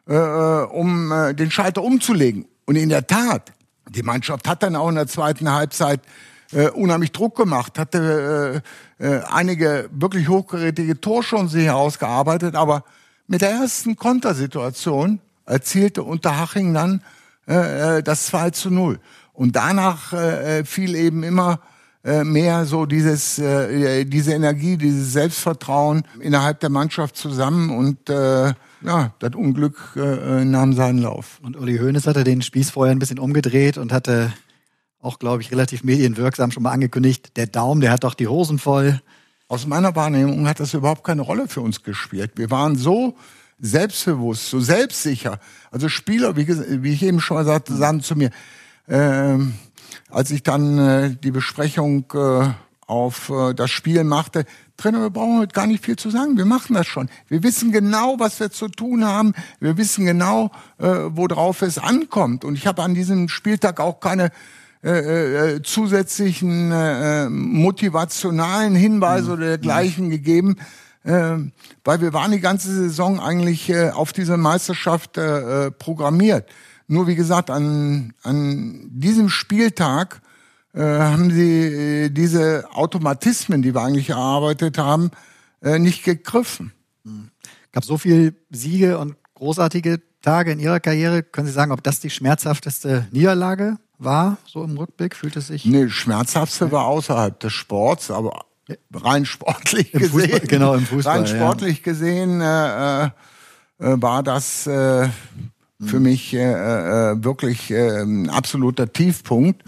um den Schalter umzulegen. Und in der Tat, die Mannschaft hat dann auch in der zweiten Halbzeit unheimlich Druck gemacht, hatte einige wirklich hochkarätige Torchancen herausgearbeitet, aber mit der ersten Kontersituation erzielte Unterhaching dann das 2:0. Und danach fiel eben immer mehr so diese Energie, dieses Selbstvertrauen innerhalb der Mannschaft zusammen und das Unglück nahm seinen Lauf. Und Uli Hoeneß hatte den Spieß vorher ein bisschen umgedreht und hatte auch, glaube ich, relativ medienwirksam schon mal angekündigt, der Daum, der hat doch die Hosen voll. Aus meiner Wahrnehmung hat das überhaupt keine Rolle für uns gespielt. Wir waren so selbstbewusst, so selbstsicher. Also Spieler, wie ich eben schon mal sagte, sagen zu mir, als ich dann die Besprechung auf das Spiel machte, Trainer, wir brauchen heute gar nicht viel zu sagen, wir machen das schon. Wir wissen genau, was wir zu tun haben, wir wissen genau, worauf es ankommt. Und ich habe an diesem Spieltag auch keine zusätzlichen motivationalen Hinweise oder dergleichen gegeben, weil wir waren die ganze Saison eigentlich auf diese Meisterschaft programmiert. Nur wie gesagt, an diesem Spieltag haben sie diese Automatismen, die wir eigentlich erarbeitet haben, nicht gegriffen. Gab so viel Siege und großartige Tage in Ihrer Karriere. Können Sie sagen, ob das die schmerzhafteste Niederlage war, so im Rückblick? Fühlt es sich? Nee, schmerzhaftste war außerhalb des Sports, aber rein sportlich gesehen. Fußball, genau, im Fußball. Rein sportlich gesehen war das für mich wirklich ein absoluter Tiefpunkt.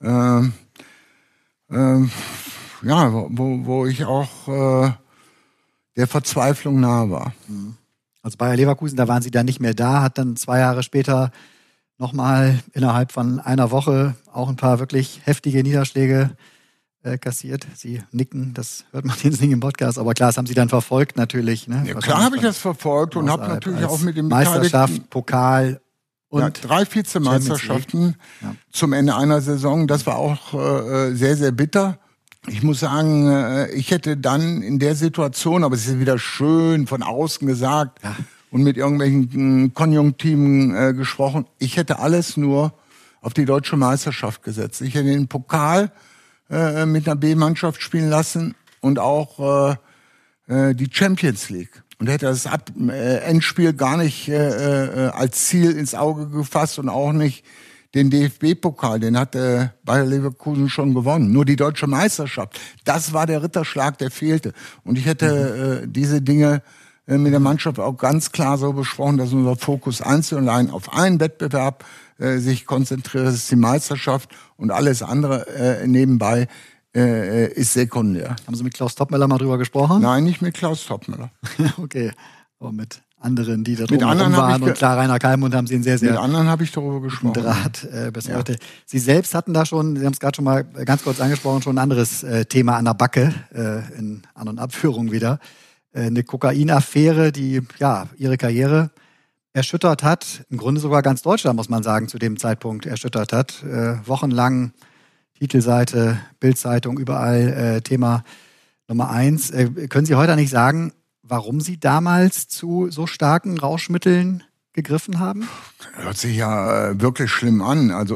Wo ich auch der Verzweiflung nahe war. Also Bayer Leverkusen, da waren Sie dann nicht mehr da, hat dann 2 Jahre später nochmal innerhalb von einer Woche auch ein paar wirklich heftige Niederschläge kassiert. Sie nicken, das hört man jetzt nicht im Podcast, aber klar, das haben Sie dann verfolgt natürlich. Ne? Ja, klar habe ich das verfolgt und habe natürlich auch mit dem Meisterschaft, Pokal und 3 Vizemeisterschaften zum Ende einer Saison. Das war auch sehr, sehr bitter. Ich muss sagen, ich hätte dann in der Situation, aber es ist wieder schön von außen gesagt und mit irgendwelchen Konjunktiven gesprochen, ich hätte alles nur auf die deutsche Meisterschaft gesetzt. Ich hätte den Pokal mit einer B-Mannschaft spielen lassen und auch die Champions League. Und hätte das Endspiel gar nicht als Ziel ins Auge gefasst und auch nicht den DFB-Pokal, den hat Bayer Leverkusen schon gewonnen. Nur die deutsche Meisterschaft, das war der Ritterschlag, der fehlte. Und ich hätte diese Dinge mit der Mannschaft auch ganz klar so besprochen, dass unser Fokus einzig und allein auf einen Wettbewerb sich konzentriert, das ist die Meisterschaft und alles andere nebenbei ist sekundär. Haben Sie mit Klaus Toppmöller mal drüber gesprochen? Nein, nicht mit Klaus Toppmöller. Okay, aber mit anderen, die da drumherum waren. Und klar, Rainer Kalmund haben Sie einen sehr, sehr... Mit anderen habe ich darüber gesprochen. Draht bis heute. Sie selbst hatten da schon, Sie haben es gerade schon mal ganz kurz angesprochen, schon ein anderes Thema an der Backe, in An- und Abführung wieder. Eine Kokainaffäre, die Ihre Karriere erschüttert hat. Im Grunde sogar ganz Deutschland, muss man sagen, zu dem Zeitpunkt erschüttert hat. Wochenlang Titelseite, Bild-Zeitung, überall Thema Nummer 1. Können Sie heute nicht sagen, warum Sie damals zu so starken Rauschmitteln gegriffen haben? Hört sich ja wirklich schlimm an. Also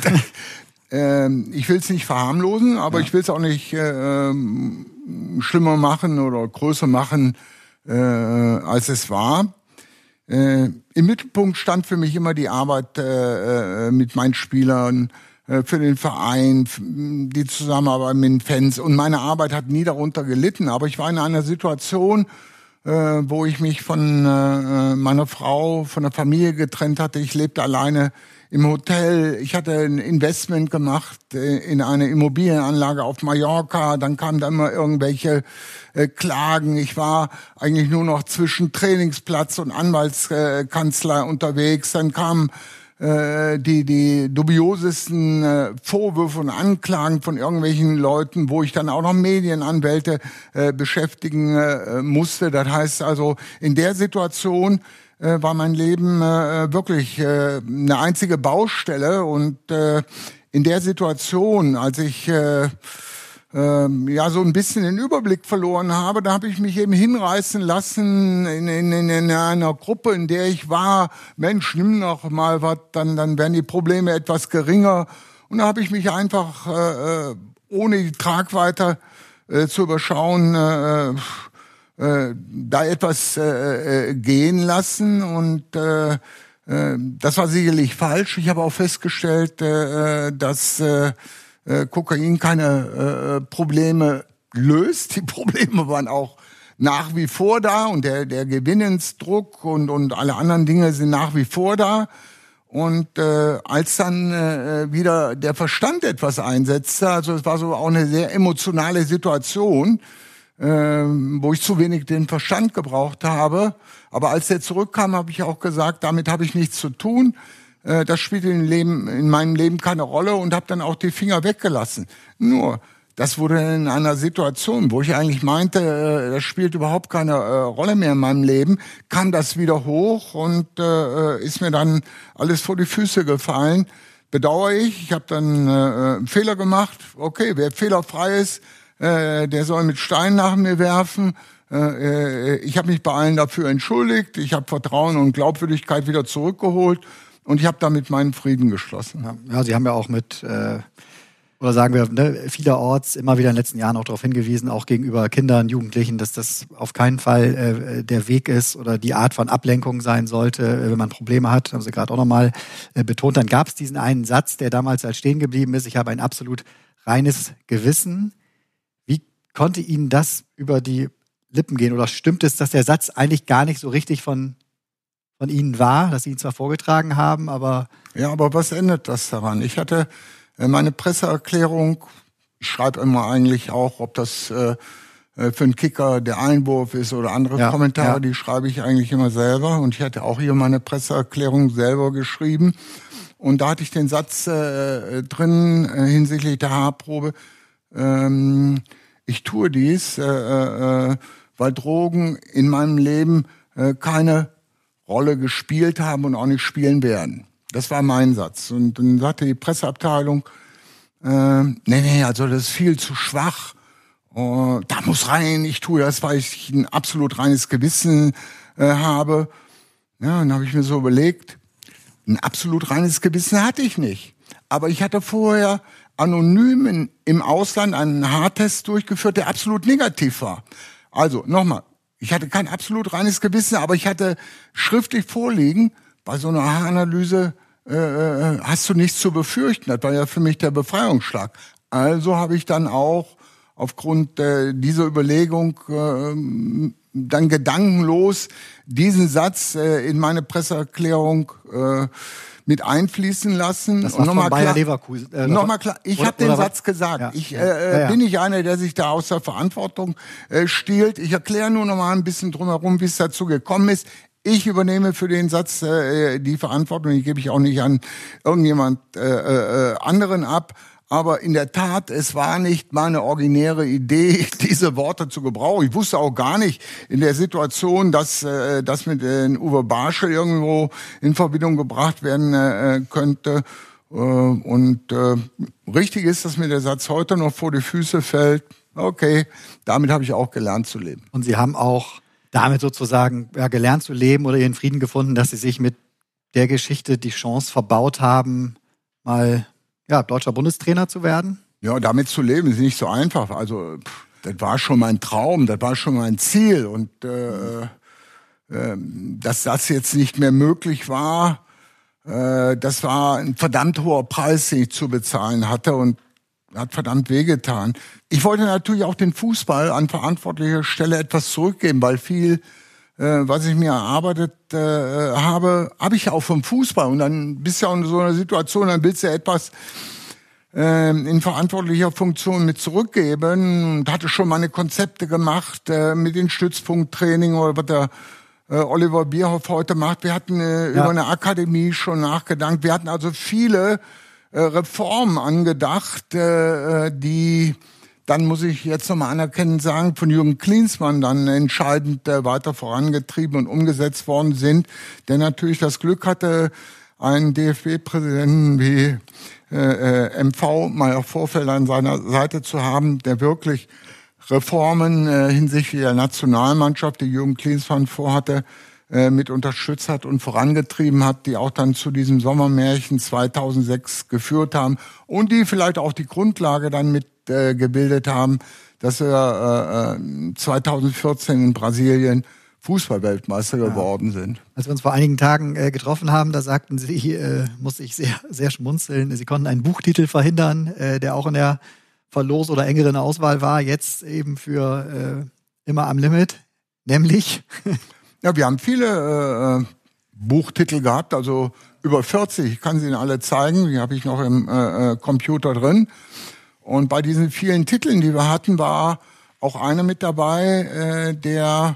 ich will es nicht verharmlosen, aber ich will es auch nicht schlimmer machen oder größer machen, als es war. Im Mittelpunkt stand für mich immer die Arbeit mit meinen Spielern, für den Verein, die Zusammenarbeit mit den Fans. Und meine Arbeit hat nie darunter gelitten. Aber ich war in einer Situation, wo ich mich von meiner Frau, von der Familie getrennt hatte. Ich lebte alleine im Hotel. Ich hatte ein Investment gemacht in eine Immobilienanlage auf Mallorca. Dann kamen da immer irgendwelche Klagen. Ich war eigentlich nur noch zwischen Trainingsplatz und Anwaltskanzlei unterwegs. Dann kamen die dubiosesten Vorwürfe und Anklagen von irgendwelchen Leuten, wo ich dann auch noch Medienanwälte beschäftigen musste. Das heißt also, in der Situation war mein Leben wirklich eine einzige Baustelle. Und in der Situation, als ich so ein bisschen den Überblick verloren habe, da habe ich mich eben hinreißen lassen in einer Gruppe, in der ich war. Mensch, nimm noch mal was, dann werden die Probleme etwas geringer. Und da habe ich mich einfach, ohne die Tragweite zu überschauen, da etwas gehen lassen. Und das war sicherlich falsch. Ich habe auch festgestellt, dass Kokain keine Probleme löst. Die Probleme waren auch nach wie vor da und der Gewinnensdruck und alle anderen Dinge sind nach wie vor da. Und als dann wieder der Verstand etwas einsetzte, also es war so auch eine sehr emotionale Situation, wo ich zu wenig den Verstand gebraucht habe. Aber als er zurückkam, habe ich auch gesagt, damit habe ich nichts zu tun. Das spielt in meinem Leben keine Rolle und habe dann auch die Finger weggelassen. Nur, das wurde in einer Situation, wo ich eigentlich meinte, das spielt überhaupt keine Rolle mehr in meinem Leben, kam das wieder hoch und ist mir dann alles vor die Füße gefallen. Bedauere ich. Ich habe dann einen Fehler gemacht. Okay, wer fehlerfrei ist, der soll mit Steinen nach mir werfen. Ich habe mich bei allen dafür entschuldigt. Ich habe Vertrauen und Glaubwürdigkeit wieder zurückgeholt und ich habe damit meinen Frieden geschlossen. Ja, Sie haben ja auch mit oder sagen wir, vielerorts immer wieder in den letzten Jahren auch darauf hingewiesen, auch gegenüber Kindern, Jugendlichen, dass das auf keinen Fall der Weg ist oder die Art von Ablenkung sein sollte, wenn man Probleme hat. Haben Sie gerade auch nochmal betont. Dann gab es diesen einen Satz, der damals als stehen geblieben ist. Ich habe ein absolut reines Gewissen. Wie konnte Ihnen das über die Lippen gehen? Oder stimmt es, dass der Satz eigentlich gar nicht so richtig von Ihnen war, dass Sie ihn zwar vorgetragen haben, aber... Ja, aber was ändert das daran? Ich hatte meine Presseerklärung, ich schreibe immer eigentlich auch, ob das für einen Kicker der Einwurf ist oder andere Kommentare, die schreibe ich eigentlich immer selber. Und ich hatte auch hier meine Presseerklärung selber geschrieben. Und da hatte ich den Satz drin hinsichtlich der Haarprobe. Ich tue dies, weil Drogen in meinem Leben keine Rolle gespielt haben und auch nicht spielen werden. Das war mein Satz. Und dann sagte die Presseabteilung, nee, also das ist viel zu schwach. Da muss rein, ich tue das, weil ich ein absolut reines Gewissen habe. Ja, dann habe ich mir so überlegt, ein absolut reines Gewissen hatte ich nicht. Aber ich hatte vorher anonym im Ausland einen Haartest durchgeführt, der absolut negativ war. Also, nochmal, ich hatte kein absolut reines Gewissen, aber ich hatte schriftlich vorliegen, bei so einer Haaranalyse hast du nichts zu befürchten. Das war ja für mich der Befreiungsschlag. Also habe ich dann auch aufgrund dieser Überlegung dann gedankenlos diesen Satz in meine Presseerklärung mit einfließen lassen. Das war von Bayer Leverkusen. Nochmal klar, ich habe den Satz gesagt. Ja. Ich bin nicht einer, der sich da aus der Verantwortung stiehlt. Ich erkläre nur noch mal ein bisschen drumherum, wie es dazu gekommen ist. Ich übernehme für den Satz die Verantwortung, die gebe ich auch nicht an irgendjemand anderen ab. Aber in der Tat, es war nicht meine originäre Idee, diese Worte zu gebrauchen. Ich wusste auch gar nicht in der Situation, dass das mit Uwe Barschel irgendwo in Verbindung gebracht werden könnte. Und richtig ist, dass mir der Satz heute noch vor die Füße fällt. Okay, damit habe ich auch gelernt zu leben. Und Sie haben auch damit sozusagen gelernt zu leben oder Ihren Frieden gefunden, dass Sie sich mit der Geschichte die Chance verbaut haben, mal deutscher Bundestrainer zu werden? Ja, damit zu leben ist nicht so einfach. Also das war schon mein Traum, das war schon mein Ziel. Und dass das jetzt nicht mehr möglich war, das war ein verdammt hoher Preis, den ich zu bezahlen hatte und hat verdammt wehgetan. Ich wollte natürlich auch den Fußball an verantwortlicher Stelle etwas zurückgeben, weil viel, was ich mir erarbeitet habe ich auch vom Fußball. Und dann bist du ja in so einer Situation, dann willst du etwas in verantwortlicher Funktion mit zurückgeben und hatte schon meine Konzepte gemacht mit den Stützpunkttraining oder was der Oliver Bierhoff heute macht. Wir hatten über eine Akademie schon nachgedacht. Wir hatten also viele Reformen angedacht, die dann, muss ich jetzt nochmal anerkennend sagen, von Jürgen Klinsmann dann entscheidend weiter vorangetrieben und umgesetzt worden sind, der natürlich das Glück hatte, einen DFB-Präsidenten wie MV Meier Vorfelder an seiner Seite zu haben, der wirklich Reformen hinsichtlich der Nationalmannschaft, die Jürgen Klinsmann vorhatte, mit unterstützt hat und vorangetrieben hat, die auch dann zu diesem Sommermärchen 2006 geführt haben und die vielleicht auch die Grundlage dann mit gebildet haben, dass wir 2014 in Brasilien Fußballweltmeister geworden sind. Als wir uns vor einigen Tagen getroffen haben, da sagten Sie, musste ich sehr, sehr schmunzeln, Sie konnten einen Buchtitel verhindern, der auch in der Verlos- oder engeren Auswahl war, jetzt eben für Immer am Limit, nämlich? Ja, wir haben viele Buchtitel gehabt, also über 40, ich kann sie Ihnen alle zeigen, die habe ich noch im Computer drin. Und bei diesen vielen Titeln, die wir hatten, war auch einer mit dabei, der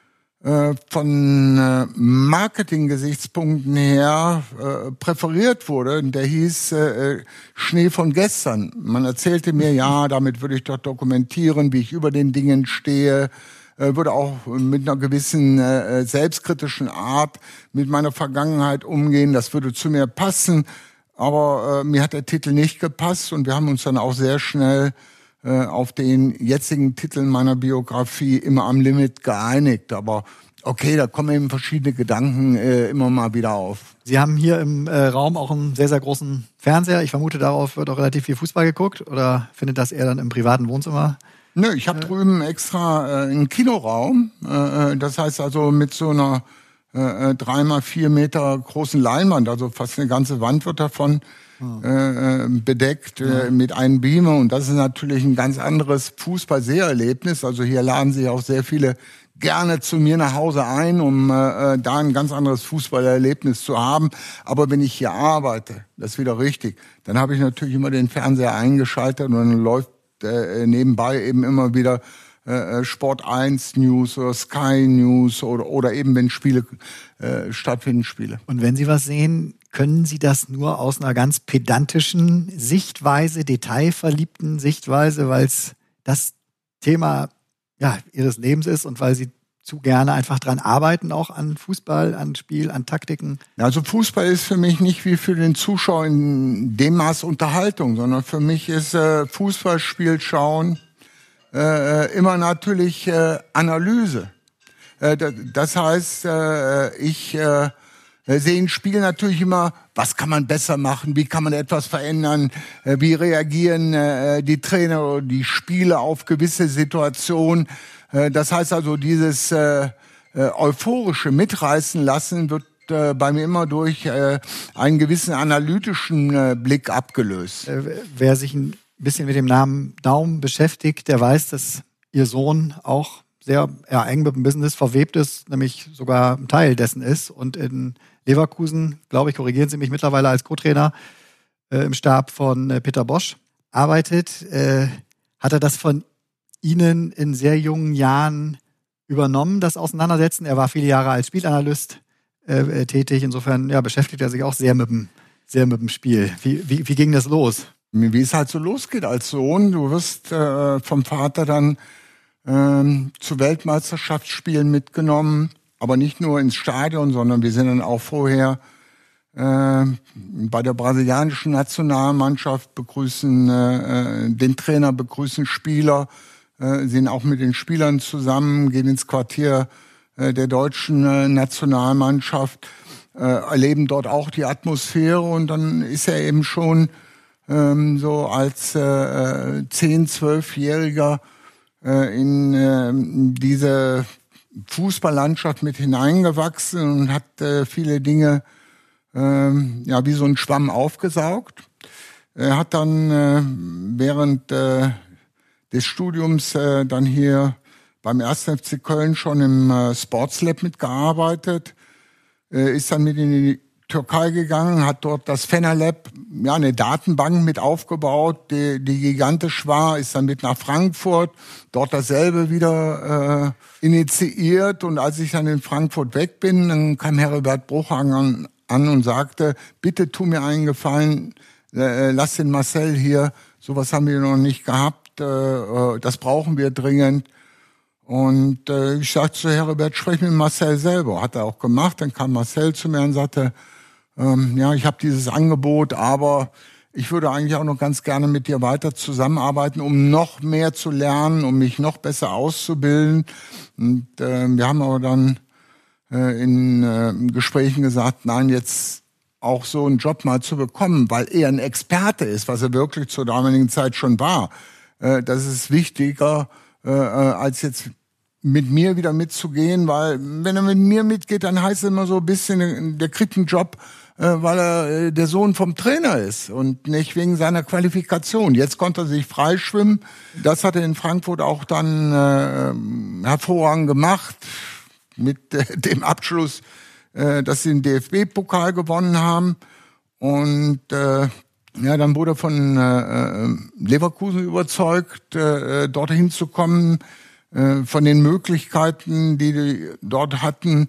von Marketing-Gesichtspunkten her präferiert wurde. Der hieß Schnee von gestern. Man erzählte mir, ja, damit würde ich doch dokumentieren, wie ich über den Dingen stehe. Würde auch mit einer gewissen selbstkritischen Art mit meiner Vergangenheit umgehen. Das würde zu mir passen. Aber mir hat der Titel nicht gepasst und wir haben uns dann auch sehr schnell auf den jetzigen Titel meiner Biografie Immer am Limit geeinigt. Aber okay, da kommen eben verschiedene Gedanken immer mal wieder auf. Sie haben hier im Raum auch einen sehr, sehr großen Fernseher. Ich vermute, darauf wird auch relativ viel Fußball geguckt. Oder findet das eher dann im privaten Wohnzimmer? Nö, ich habe drüben extra einen Kinoraum. Das heißt also mit so einer 3x4 Meter großen Leinwand, also fast eine ganze Wand wird davon bedeckt mit einem Beamer. Und das ist natürlich ein ganz anderes Fußball-Seherlebnis. Also hier laden sich auch sehr viele gerne zu mir nach Hause ein, um da ein ganz anderes Fußballerlebnis zu haben. Aber wenn ich hier arbeite, das ist wieder richtig, dann habe ich natürlich immer den Fernseher eingeschaltet und dann läuft nebenbei eben immer wieder Sport 1 News oder Sky News oder eben wenn Spiele stattfinden, Spiele. Und wenn Sie was sehen, können Sie das nur aus einer ganz pedantischen Sichtweise, detailverliebten Sichtweise, weil es das Thema Ihres Lebens ist und weil Sie zu gerne einfach dran arbeiten, auch an Fußball, an Spiel, an Taktiken? Also Fußball ist für mich nicht wie für den Zuschauer in dem Maß Unterhaltung, sondern für mich ist Fußballspiel schauen immer natürlich Analyse. Das heißt, ich sehe ein Spiel natürlich immer, was kann man besser machen, wie kann man etwas verändern, wie reagieren die Trainer oder die Spieler auf gewisse Situationen. Das heißt also, dieses euphorische Mitreißen lassen wird bei mir immer durch einen gewissen analytischen Blick abgelöst. Wer sich ein bisschen mit dem Namen Daum beschäftigt, der weiß, dass Ihr Sohn auch sehr eng mit dem Business verwebt ist, nämlich sogar ein Teil dessen ist. Und in Leverkusen, glaube ich, korrigieren Sie mich, mittlerweile als Co-Trainer im Stab von Peter Bosch arbeitet. Hat er das von Ihnen in sehr jungen Jahren übernommen, das Auseinandersetzen? Er war viele Jahre als Spielanalyst tätig. Insofern beschäftigt er sich auch sehr mit dem Spiel. Wie ging das los? Wie es halt so losgeht als Sohn. Du wirst vom Vater dann zu Weltmeisterschaftsspielen mitgenommen, aber nicht nur ins Stadion, sondern wir sind dann auch vorher bei der brasilianischen Nationalmannschaft, begrüßen den Trainer, begrüßen Spieler, sind auch mit den Spielern zusammen, gehen ins Quartier der deutschen Nationalmannschaft, erleben dort auch die Atmosphäre und dann ist er eben schon so als 10-, 12-Jähriger in diese Fußballlandschaft mit hineingewachsen und hat viele Dinge wie so ein Schwamm aufgesaugt. Er hat dann während des Studiums dann hier beim 1. FC Köln schon im Sports Lab mitgearbeitet, ist dann mit in die Türkei gegangen, hat dort das Fenner Lab, eine Datenbank mit aufgebaut, die gigantisch war, ist dann mit nach Frankfurt, dort dasselbe wieder initiiert. Und als ich dann in Frankfurt weg bin, dann kam Heribert Bruchhagen an und sagte, bitte tu mir einen Gefallen, lass den Marcel hier, sowas haben wir noch nicht gehabt, das brauchen wir dringend. Und ich sagte zu Heribert, sprech mit Marcel selber. Hat er auch gemacht. Dann kam Marcel zu mir und sagte, ich habe dieses Angebot, aber ich würde eigentlich auch noch ganz gerne mit dir weiter zusammenarbeiten, um noch mehr zu lernen, um mich noch besser auszubilden. Und wir haben aber dann in Gesprächen gesagt, nein, jetzt auch so einen Job mal zu bekommen, weil er ein Experte ist, was er wirklich zur damaligen Zeit schon war. Das ist wichtiger, als jetzt mit mir wieder mitzugehen, weil wenn er mit mir mitgeht, dann heißt es immer so ein bisschen, der kriegt einen Job, weil er der Sohn vom Trainer ist und nicht wegen seiner Qualifikation. Jetzt konnte er sich freischwimmen. Das hat er in Frankfurt auch dann hervorragend gemacht mit dem Abschluss, dass sie den DFB-Pokal gewonnen haben. Und dann wurde er von Leverkusen überzeugt, dorthin zu kommen. Von den Möglichkeiten, die dort hatten,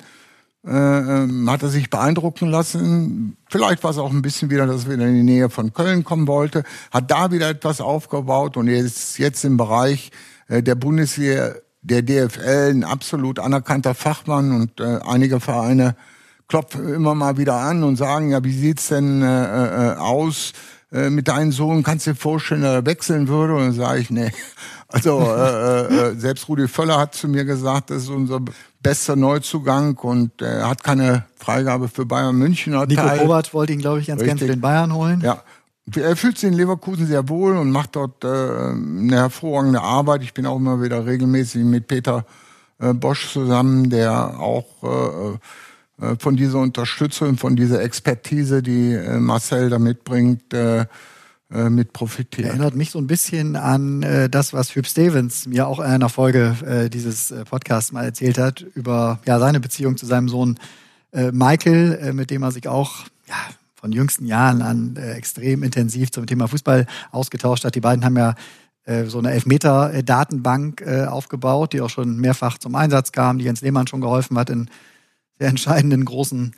hat er sich beeindrucken lassen. Vielleicht war es auch ein bisschen wieder, dass er wieder in die Nähe von Köln kommen wollte. Hat da wieder etwas aufgebaut und er ist jetzt im Bereich der Bundesliga, der DFL, ein absolut anerkannter Fachmann. Und einige Vereine klopfen immer mal wieder an und sagen, ja, wie sieht's denn aus mit deinem Sohn? Kannst du dir vorstellen, dass er wechseln würde? Und dann sage ich, nee. Also selbst Rudi Völler hat zu mir gesagt, das ist unser bester Neuzugang und er hat keine Freigabe für Bayern München erteilt. Nico Kovac wollte ihn, glaube ich, ganz gern für den Bayern holen. Ja, er fühlt sich in Leverkusen sehr wohl und macht dort eine hervorragende Arbeit. Ich bin auch immer wieder regelmäßig mit Peter Bosch zusammen, der auch von dieser Unterstützung, von dieser Expertise, die Marcel da mitbringt, mit profitiert. Erinnert mich so ein bisschen an das, was Hüb Stevens mir auch in einer Folge dieses Podcasts mal erzählt hat, über seine Beziehung zu seinem Sohn Michael, mit dem er sich auch von jüngsten Jahren an extrem intensiv zum Thema Fußball ausgetauscht hat. Die beiden haben ja so eine Elfmeter-Datenbank aufgebaut, die auch schon mehrfach zum Einsatz kam, die Jens Lehmann schon geholfen hat in sehr entscheidenden großen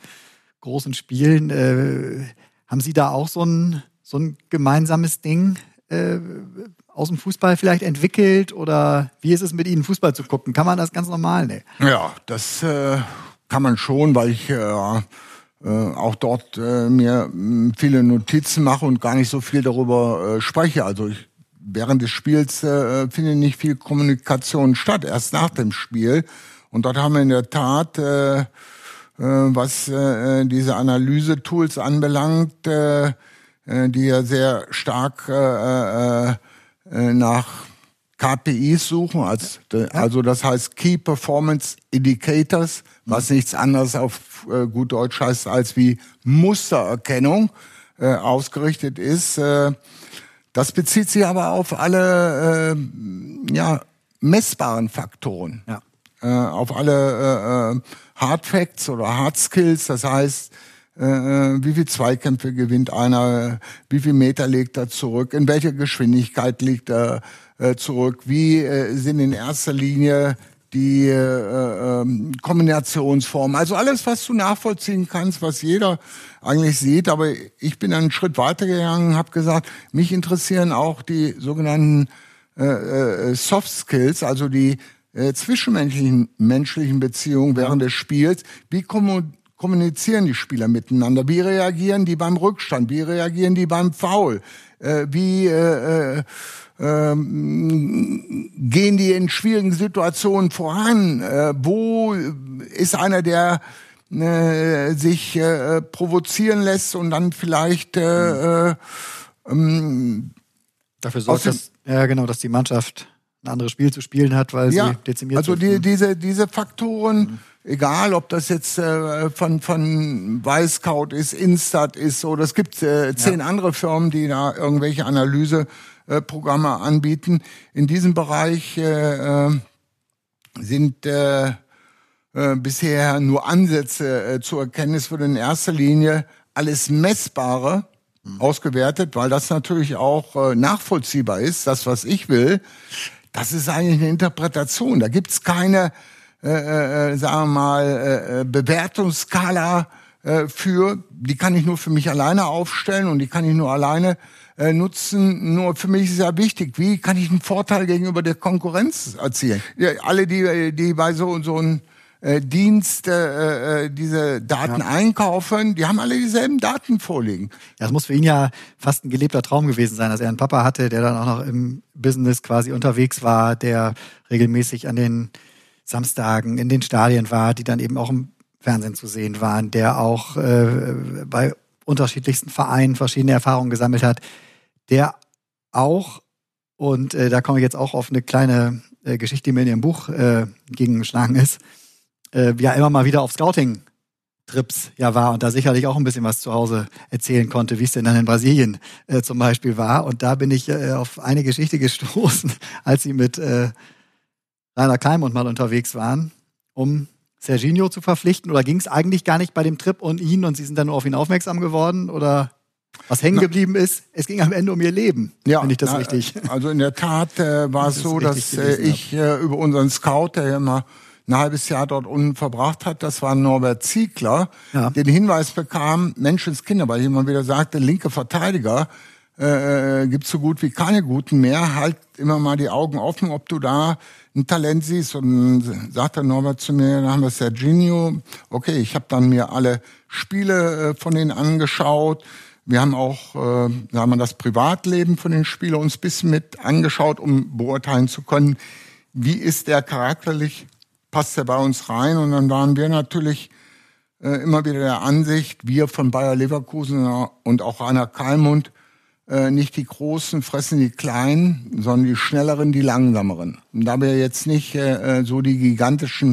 Spielen. Haben Sie da auch so ein gemeinsames Ding aus dem Fußball vielleicht entwickelt? Oder wie ist es mit Ihnen, Fußball zu gucken? Kann man das ganz normal? Nee. Ja, das kann man schon, weil ich auch dort mir viele Notizen mache und gar nicht so viel darüber spreche. Also während des Spiels findet nicht viel Kommunikation statt, erst nach dem Spiel. Und dort haben wir in der Tat, was diese Analyse-Tools anbelangt, die ja sehr stark nach KPIs suchen, also das heißt Key Performance Indicators, was nichts anderes auf gut Deutsch heißt als wie Mustererkennung ausgerichtet ist. Das bezieht sich aber auf alle messbaren Faktoren, auf alle Hard Facts oder Hard Skills, das heißt, wie viel Zweikämpfe gewinnt einer, wie viel Meter legt er zurück, in welcher Geschwindigkeit legt er zurück, wie sind in erster Linie die Kombinationsformen, also alles, was du nachvollziehen kannst, was jeder eigentlich sieht, aber ich bin einen Schritt weitergegangen, habe gesagt, mich interessieren auch die sogenannten Soft Skills, also die zwischenmenschlichen Beziehungen während des Spiels, wie kommunizieren die Spieler miteinander? Wie reagieren die beim Rückstand? Wie reagieren die beim Foul? Wie gehen die in schwierigen Situationen voran? Wo ist einer, der sich provozieren lässt und dann vielleicht dafür sorgt, dass die Mannschaft ein anderes Spiel zu spielen hat, weil sie dezimiert wird. Also diese Faktoren, egal ob das jetzt von Weißcout ist, Instat ist oder es gibt 10 andere Firmen, die da irgendwelche Analyseprogramme anbieten. In diesem Bereich sind bisher nur Ansätze zu erkennen. Es wird in erster Linie alles Messbare ausgewertet, weil das natürlich auch nachvollziehbar ist. Das, was ich will, das ist eigentlich eine Interpretation. Da gibt's keine sagen wir mal, Bewertungsskala für, die kann ich nur für mich alleine aufstellen und die kann ich nur alleine nutzen. Nur für mich ist ja wichtig, wie kann ich einen Vorteil gegenüber der Konkurrenz erzielen? Ja, alle, die bei so einem Dienst diese Daten einkaufen, die haben alle dieselben Daten vorliegen. Ja, das muss für ihn ja fast ein gelebter Traum gewesen sein, dass er einen Papa hatte, der dann auch noch im Business quasi unterwegs war, der regelmäßig an den Samstagen in den Stadien war, die dann eben auch im Fernsehen zu sehen waren, der auch bei unterschiedlichsten Vereinen verschiedene Erfahrungen gesammelt hat, der auch, und da komme ich jetzt auch auf eine kleine Geschichte, die mir in Ihrem Buch gegengeschlagen ist, ja immer mal wieder auf Scouting-Trips war und da sicherlich auch ein bisschen was zu Hause erzählen konnte, wie es denn dann in Brasilien zum Beispiel war. Und da bin ich auf eine Geschichte gestoßen, als Sie mit Rainer Kallmund mal unterwegs waren, um Serginho zu verpflichten. Oder ging es eigentlich gar nicht bei dem Trip um ihn und Sie sind dann nur auf ihn aufmerksam geworden? Oder was hängen geblieben ist, es ging am Ende um Ihr Leben, wenn ich das richtig... Also in der Tat war es so, dass ich über unseren Scout, der immer ein halbes Jahr dort unten verbracht hat, das war Norbert Ziegler, den Hinweis bekam, Menschenskinder, weil ich immer wieder sagte, linke Verteidiger gibt's so gut wie keine guten mehr, halt immer mal die Augen offen, ob du da ein Talent siehst. Und sagte Norbert zu mir, dann haben wir Serginho, okay, ich habe dann mir alle Spiele von denen angeschaut. Wir haben auch das Privatleben von den Spielern uns ein bisschen mit angeschaut, um beurteilen zu können, wie ist der charakterlich, passt der bei uns rein. Und dann waren wir natürlich immer wieder der Ansicht, wir von Bayer Leverkusen und auch Rainer Kallmund, nicht die Großen fressen die Kleinen, sondern die Schnelleren, die Langsameren. Und da wir jetzt nicht so die gigantischen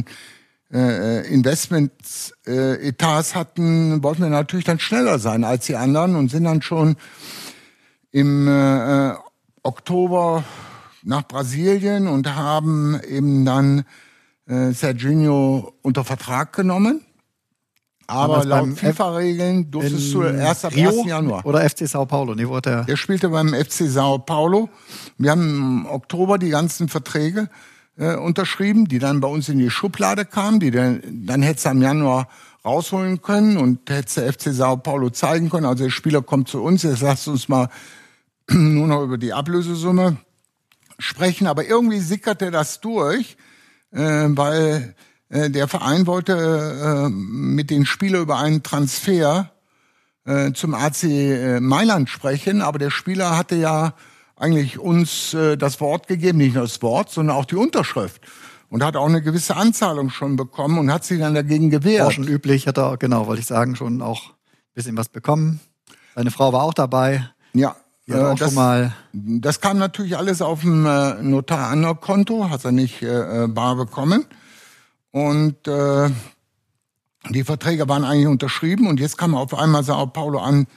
Investments-Etats hatten, wollten wir natürlich dann schneller sein als die anderen und sind dann schon im Oktober nach Brasilien und haben eben dann Serginho unter Vertrag genommen. Aber laut FIFA-Regeln durftest du erst ab 1. Januar. Oder FC Sao Paulo? Nee, Er spielte beim FC Sao Paulo. Wir haben im Oktober die ganzen Verträge unterschrieben, die dann bei uns in die Schublade kamen, die dann hättest du am Januar rausholen können und hättest der FC Sao Paulo zeigen können. Also der Spieler kommt zu uns, jetzt lasst uns mal nur noch über die Ablösesumme sprechen. Aber irgendwie sickerte das durch, weil der Verein wollte mit den Spielern über einen Transfer zum AC Mailand sprechen, aber der Spieler hatte ja eigentlich uns das Wort gegeben, nicht nur das Wort, sondern auch die Unterschrift. Und hat auch eine gewisse Anzahlung schon bekommen und hat sich dann dagegen gewehrt. Auch schon üblich, hat er, genau, wollte ich sagen, schon auch ein bisschen was bekommen. Seine Frau war auch dabei. Ja, das kam natürlich alles auf dem Notar-Anno-Konto, hat er nicht bar bekommen. Und die Verträge waren eigentlich unterschrieben und jetzt kam auf einmal Sao Paulo an.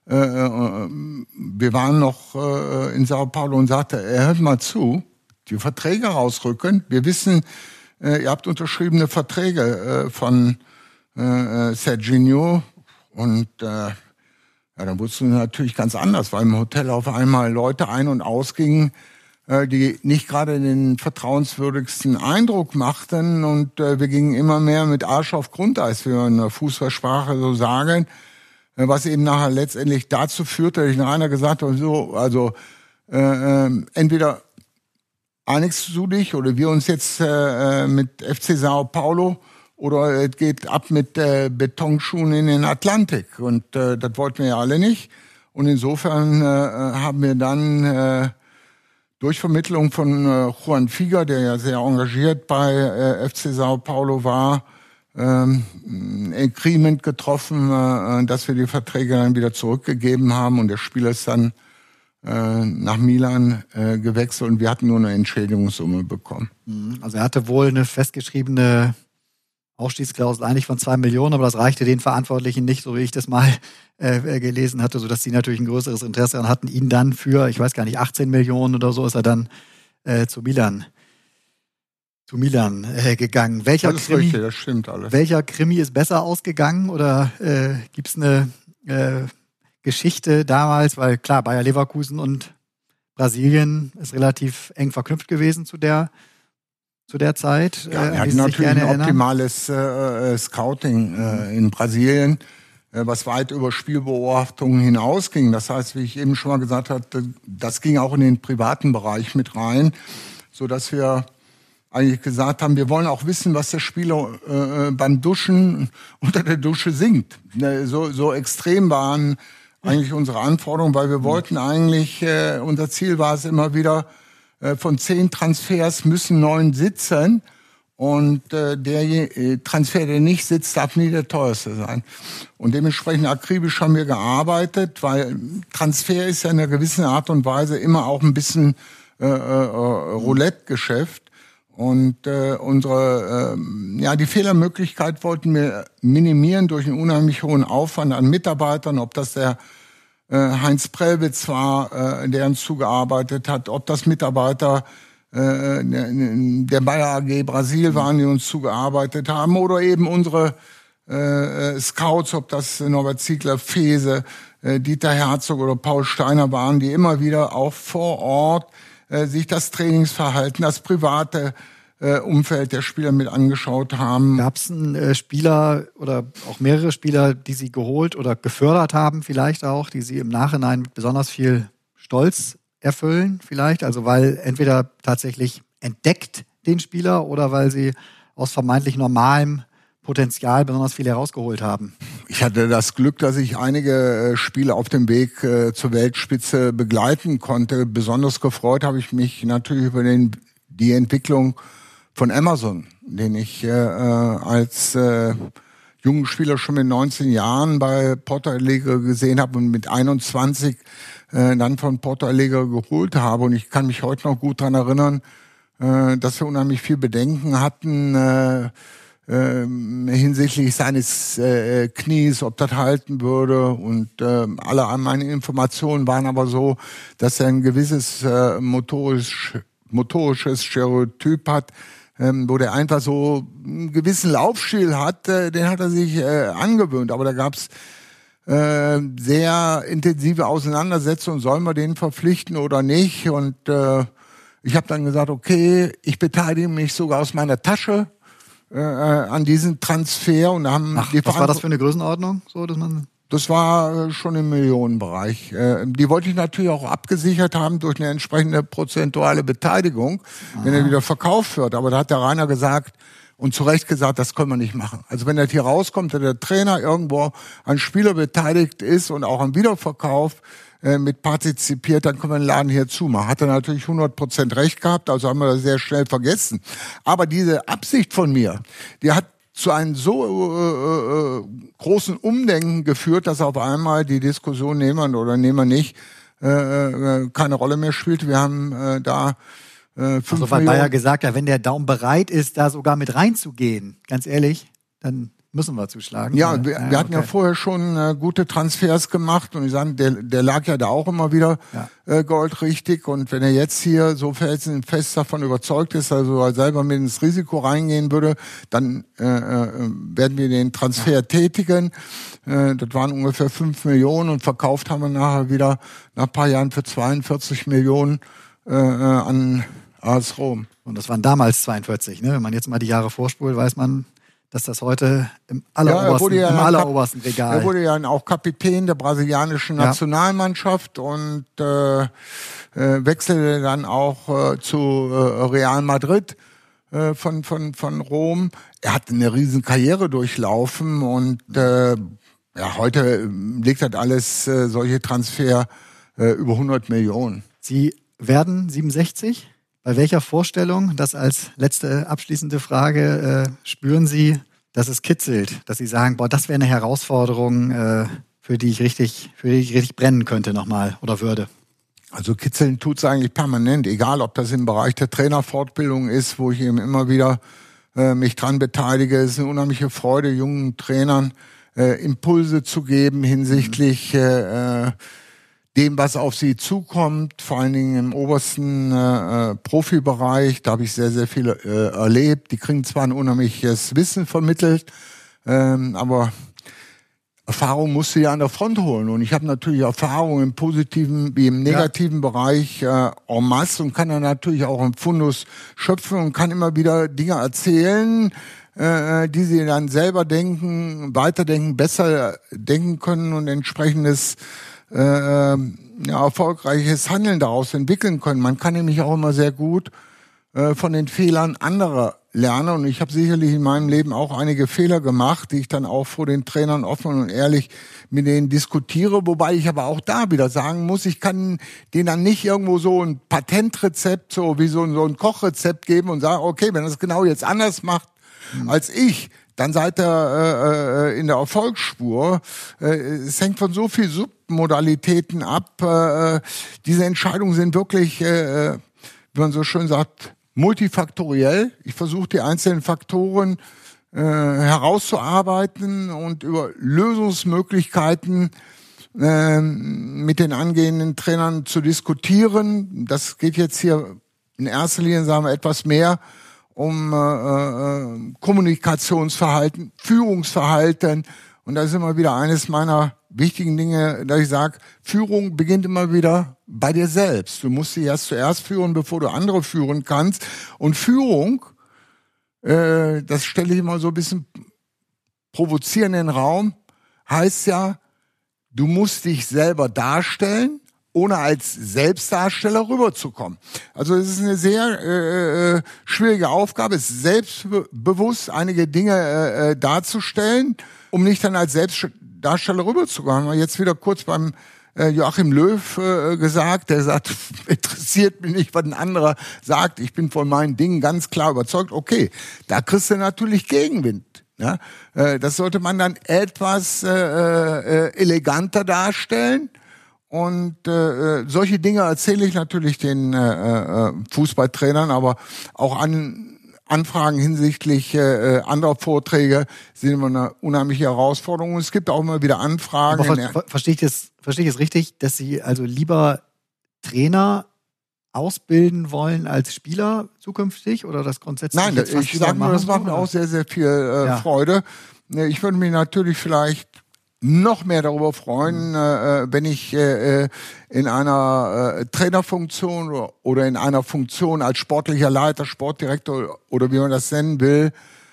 Wir waren noch in Sao Paulo und sagte, hört mal zu, die Verträge rausrücken. Wir wissen, ihr habt unterschriebene Verträge von Serginho und dann wurdest du natürlich ganz anders, weil im Hotel auf einmal Leute ein- und ausgingen, die nicht gerade den vertrauenswürdigsten Eindruck machten und wir gingen immer mehr mit Arsch auf Grundeis, wie wir in der Fußballsprache so sagen, was eben nachher letztendlich dazu führte, dass ich Rainer gesagt habe, so, also entweder einigst du dich oder wir uns jetzt mit FC Sao Paulo oder es geht ab mit Betonschuhen in den Atlantik und das wollten wir ja alle nicht und insofern haben wir dann durch Vermittlung von Juan Figa, der ja sehr engagiert bei FC Sao Paulo war, ein Agreement getroffen, dass wir die Verträge dann wieder zurückgegeben haben und der Spieler ist dann nach Milan gewechselt und wir hatten nur eine Entschädigungssumme bekommen. Also er hatte wohl eine festgeschriebene Ausstiegsklausel eigentlich von 2 Millionen, aber das reichte den Verantwortlichen nicht, so wie ich das mal gelesen hatte, sodass sie natürlich ein größeres Interesse daran hatten, ihn dann für, ich weiß gar nicht, 18 Millionen oder so ist er dann zu Milan gegangen. Das ist richtig, das stimmt alles. Welcher Krimi ist besser ausgegangen oder gibt's eine Geschichte damals, weil klar, Bayer Leverkusen und Brasilien ist relativ eng verknüpft gewesen zu der Zeit. Ja, wir hatten natürlich ein optimales Scouting in Brasilien, was weit über Spielbeobachtungen hinausging. Das heißt, wie ich eben schon mal gesagt hatte, das ging auch in den privaten Bereich mit rein, sodass wir eigentlich gesagt haben, wir wollen auch wissen, was der Spieler beim Duschen unter der Dusche singt. So extrem waren eigentlich unsere Anforderungen, weil wir wollten eigentlich, unser Ziel war es immer wieder, von 10 Transfers müssen 9 sitzen und der Transfer, der nicht sitzt, darf nie der teuerste sein. Und dementsprechend akribisch haben wir gearbeitet, weil Transfer ist ja in einer gewissen Art und Weise immer auch ein bisschen Roulette-Geschäft. Und die Fehlermöglichkeit wollten wir minimieren durch einen unheimlich hohen Aufwand an Mitarbeitern, ob das der Heinz Prellwitz war, der uns zugearbeitet hat, ob das Mitarbeiter der Bayer AG Brasil waren, die uns zugearbeitet haben, oder eben unsere Scouts, ob das Norbert Ziegler-Fehse, Dieter Herzog oder Paul Steiner waren, die immer wieder auch vor Ort sich das Trainingsverhalten, das private Umfeld der Spieler mit angeschaut haben. Gab es einen Spieler oder auch mehrere Spieler, die Sie geholt oder gefördert haben, vielleicht auch, die Sie im Nachhinein mit besonders viel Stolz erfüllen, vielleicht? Also weil entweder tatsächlich entdeckt den Spieler oder weil Sie aus vermeintlich normalem Potenzial besonders viel herausgeholt haben? Ich hatte das Glück, dass ich einige Spieler auf dem Weg zur Weltspitze begleiten konnte. Besonders gefreut habe ich mich natürlich über die Entwicklung von Emerson, den ich als jungen Spieler schon mit 19 Jahren bei Porto Alegre gesehen habe und mit 21 dann von Porto Alegre geholt habe. Und ich kann mich heute noch gut daran erinnern, dass wir unheimlich viel Bedenken hatten hinsichtlich seines Knies, ob das halten würde. Und alle meine Informationen waren aber so, dass er ein gewisses motorisches Stereotyp hat, wo der einfach so einen gewissen Laufstil hat, den hat er sich angewöhnt. Aber da gab's sehr intensive Auseinandersetzungen, sollen wir den verpflichten oder nicht? Und ich habe dann gesagt, okay, ich beteilige mich sogar aus meiner Tasche an diesen Transfer. Und haben was war das für eine Größenordnung? So, dass man Das war schon im Millionenbereich. Die wollte ich natürlich auch abgesichert haben durch eine entsprechende prozentuale Beteiligung, wenn er wieder verkauft wird. Aber da hat der Rainer gesagt und zu Recht gesagt, das können wir nicht machen. Also wenn das hier rauskommt, dass der Trainer irgendwo an Spieler beteiligt ist und auch am Wiederverkauf mit partizipiert, dann können wir den Laden hier zumachen. Hat er natürlich 100% recht gehabt, also haben wir das sehr schnell vergessen. Aber diese Absicht von mir, die hat zu einem so großen Umdenken geführt, dass auf einmal die Diskussion nehmen wir oder nehmen wir nicht keine Rolle mehr spielt. Wir haben da 5 also, weil Bayer gesagt hat, wenn der Daumen bereit ist, da sogar mit reinzugehen, ganz ehrlich, dann müssen wir zuschlagen. Ja, wir hatten ja vorher schon gute Transfers gemacht und ich sage, der lag ja da auch immer wieder goldrichtig. Und wenn er jetzt hier so felsenfest davon überzeugt ist, also selber mit ins Risiko reingehen würde, dann werden wir den Transfer tätigen. Das waren ungefähr 5 Millionen und verkauft haben wir nachher wieder nach ein paar Jahren für 42 Millionen an AS Rom. Und das waren damals 42, ne? Wenn man jetzt mal die Jahre vorspult, weiß man, dass das heute im allerobersten Regal. Er wurde ja auch Kapitän der brasilianischen Nationalmannschaft und wechselte dann auch zu Real Madrid von Rom. Er hat eine riesen Karriere durchlaufen und heute legt das alles solche Transfer über 100 Millionen. Sie werden 67? Bei welcher Vorstellung, das als letzte abschließende Frage, spüren Sie, dass es kitzelt, dass Sie sagen, boah, das wäre eine Herausforderung, für die ich richtig brennen könnte nochmal oder würde? Also kitzeln tut's eigentlich permanent, egal ob das im Bereich der Trainerfortbildung ist, wo ich eben immer wieder mich dran beteilige. Es ist eine unheimliche Freude, jungen Trainern Impulse zu geben hinsichtlich dem, was auf sie zukommt, vor allen Dingen im obersten Profibereich. Da habe ich sehr, sehr viel erlebt. Die kriegen zwar ein unheimliches Wissen vermittelt, aber Erfahrung musst du ja an der Front holen. Und ich habe natürlich Erfahrung im positiven wie im negativen Bereich en masse und kann dann natürlich auch im Fundus schöpfen und kann immer wieder Dinge erzählen, die sie dann selber denken, weiterdenken, besser denken können und entsprechendes erfolgreiches Handeln daraus entwickeln können. Man kann nämlich auch immer sehr gut von den Fehlern anderer lernen. Und ich habe sicherlich in meinem Leben auch einige Fehler gemacht, die ich dann auch vor den Trainern offen und ehrlich mit denen diskutiere. Wobei ich aber auch da wieder sagen muss, ich kann denen dann nicht irgendwo so ein Patentrezept, so wie so ein Kochrezept geben und sagen, okay, wenn das genau jetzt anders macht als ich, dann seid ihr in der Erfolgsspur. Es hängt von so viel Submodalitäten ab. Diese Entscheidungen sind wirklich, wie man so schön sagt, multifaktoriell. Ich versuche die einzelnen Faktoren herauszuarbeiten und über Lösungsmöglichkeiten mit den angehenden Trainern zu diskutieren. Das geht jetzt hier in erster Linie, sagen wir, etwas mehr um Kommunikationsverhalten, Führungsverhalten. Und das ist immer wieder eines meiner wichtigen Dinge, dass ich sage, Führung beginnt immer wieder bei dir selbst. Du musst dich erst zuerst führen, bevor du andere führen kannst. Und Führung, das stelle ich immer so ein bisschen provozierend in den Raum, heißt ja, du musst dich selber darstellen, ohne als Selbstdarsteller rüberzukommen. Also es ist eine sehr schwierige Aufgabe, es ist selbstbewusst einige Dinge darzustellen, um nicht dann als Selbstdarsteller rüberzukommen. Haben wir jetzt wieder kurz beim Joachim Löw gesagt, der sagt, interessiert mich nicht, was ein anderer sagt, ich bin von meinen Dingen ganz klar überzeugt. Okay, da kriegst du natürlich Gegenwind. Ja? Das sollte man dann etwas eleganter darstellen. Und solche Dinge erzähle ich natürlich den Fußballtrainern, aber auch Anfragen hinsichtlich anderer Vorträge sind immer eine unheimliche Herausforderung. Und es gibt auch immer wieder Anfragen. Verstehe ich es richtig, dass Sie also lieber Trainer ausbilden wollen als Spieler zukünftig oder das grundsätzlich? Nein, ich sage nur, das macht mir auch sehr, sehr viel Freude. Ich würde mich natürlich vielleicht noch mehr darüber freuen, wenn ich in einer Trainerfunktion oder in einer Funktion als sportlicher Leiter, Sportdirektor oder wie man das nennen will,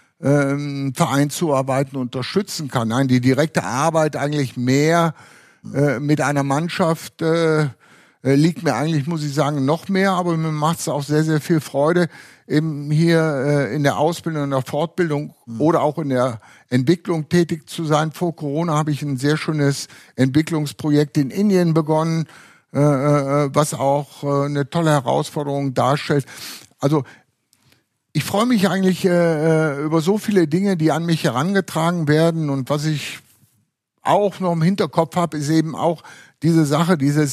Verein zuarbeiten, unterstützen kann. Nein, die direkte Arbeit eigentlich mehr mit einer Mannschaft liegt mir eigentlich, muss ich sagen, noch mehr, aber mir macht es auch sehr, sehr viel Freude, eben hier in der Ausbildung, in der Fortbildung oder auch in der Entwicklung tätig zu sein. Vor Corona habe ich ein sehr schönes Entwicklungsprojekt in Indien begonnen, was auch eine tolle Herausforderung darstellt. Also ich freue mich eigentlich über so viele Dinge, die an mich herangetragen werden, und was ich auch noch im Hinterkopf habe, ist eben auch diese Sache, dieses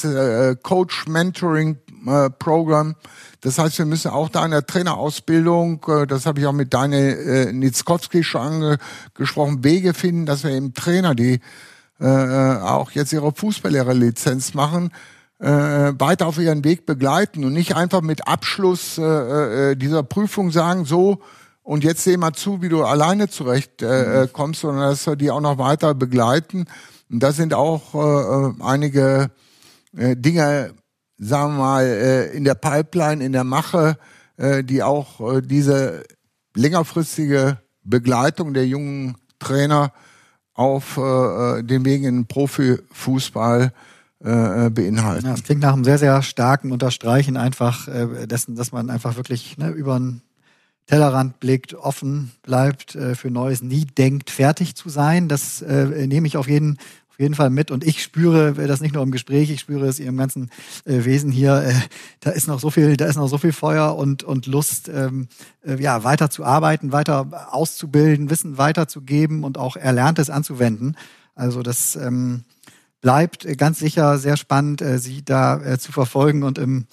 Coach-Mentoring-Programm. Das heißt, wir müssen auch da in der Trainerausbildung, das habe ich auch mit Daniel Nitzkowski schon angesprochen, Wege finden, dass wir eben Trainer, die auch jetzt ihre Fußballlehrerlizenz machen, weiter auf ihren Weg begleiten und nicht einfach mit Abschluss dieser Prüfung sagen, so, und jetzt seh mal zu, wie du alleine zurecht kommst, sondern dass wir die auch noch weiter begleiten. Und da sind auch einige Dinge, sagen wir mal, in der Pipeline, in der Mache, die auch diese längerfristige Begleitung der jungen Trainer auf den Weg in den Profifußball beinhalten. Ja, das klingt nach einem sehr, sehr starken Unterstreichen einfach dessen, dass man einfach wirklich über einen Tellerrand blickt, offen bleibt für Neues, nie denkt, fertig zu sein. Das nehme ich auf jeden Fall mit, und ich spüre das nicht nur im Gespräch, ich spüre es ihrem ganzen Wesen hier. Da ist noch so viel Feuer und Lust, weiter zu arbeiten, weiter auszubilden, Wissen weiterzugeben und auch Erlerntes anzuwenden. Also das bleibt ganz sicher sehr spannend, Sie da zu verfolgen und im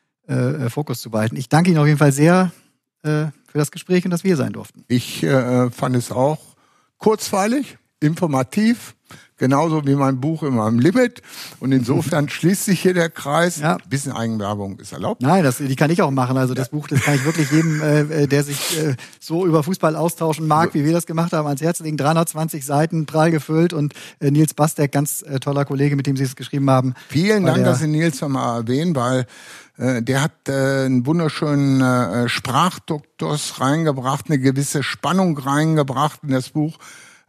Fokus zu behalten. Ich danke Ihnen auf jeden Fall sehr für das Gespräch und dass wir hier sein durften. Ich fand es auch kurzweilig, informativ, genauso wie mein Buch immer am Limit. Und insofern schließt sich hier der Kreis. Ja. Ein bisschen Eigenwerbung ist erlaubt. Nein, die kann ich auch machen. Also das Buch, das kann ich wirklich jedem, der sich so über Fußball austauschen mag, wie wir das gemacht haben, ans Herz legen. 320 Seiten, prall gefüllt. Und Nils Bastek, ganz toller Kollege, mit dem Sie es geschrieben haben. Vielen Dank, dass Sie Nils nochmal erwähnen, weil der hat einen wunderschönen Sprachduktus reingebracht, eine gewisse Spannung reingebracht in das Buch,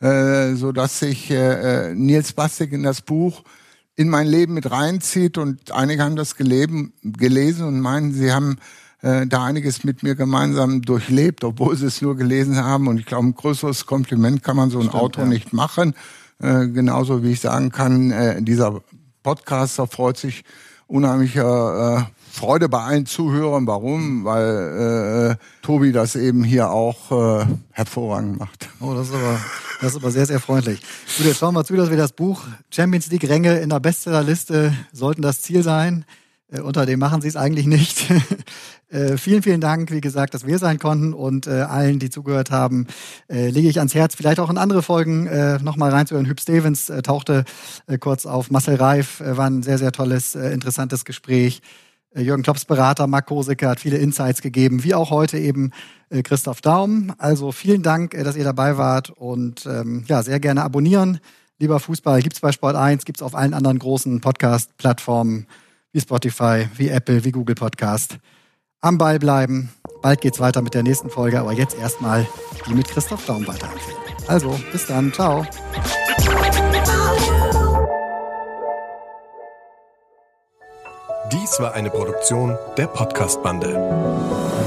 so dass sich Nils Bastek in das Buch in mein Leben mit reinzieht, und einige haben das gelesen und meinen, sie haben da einiges mit mir gemeinsam durchlebt, obwohl sie es nur gelesen haben. Und ich glaube, ein größeres Kompliment kann man so einem Autor nicht machen. Genauso wie ich sagen kann, dieser Podcaster freut sich unheimlicher Freude bei allen Zuhörern. Warum? Weil Tobi das eben hier auch hervorragend macht. Oh, das ist aber sehr, sehr freundlich. Gut, jetzt schauen wir zu, dass wir das Buch Champions League Ränge in der Bestsellerliste sollten das Ziel sein. Unter dem machen sie es eigentlich nicht. Vielen, vielen Dank, wie gesagt, dass wir sein konnten und allen, die zugehört haben, lege ich ans Herz, vielleicht auch in andere Folgen nochmal reinzuhören. Hüb Stevens tauchte kurz auf. Marcel Reif war ein sehr, sehr tolles, interessantes Gespräch. Jürgen Klopps Berater, Marc Kosicke, hat viele Insights gegeben, wie auch heute eben Christoph Daum. Also vielen Dank, dass ihr dabei wart und sehr gerne abonnieren. Lieber Fußball gibt's bei Sport1, gibt's auf allen anderen großen Podcast-Plattformen wie Spotify, wie Apple, wie Google Podcast. Am Ball bleiben. Bald geht's weiter mit der nächsten Folge, aber jetzt erstmal die mit Christoph Daum weiterempfehlen. Also, bis dann. Ciao. Dies war eine Produktion der Podcast-Bande.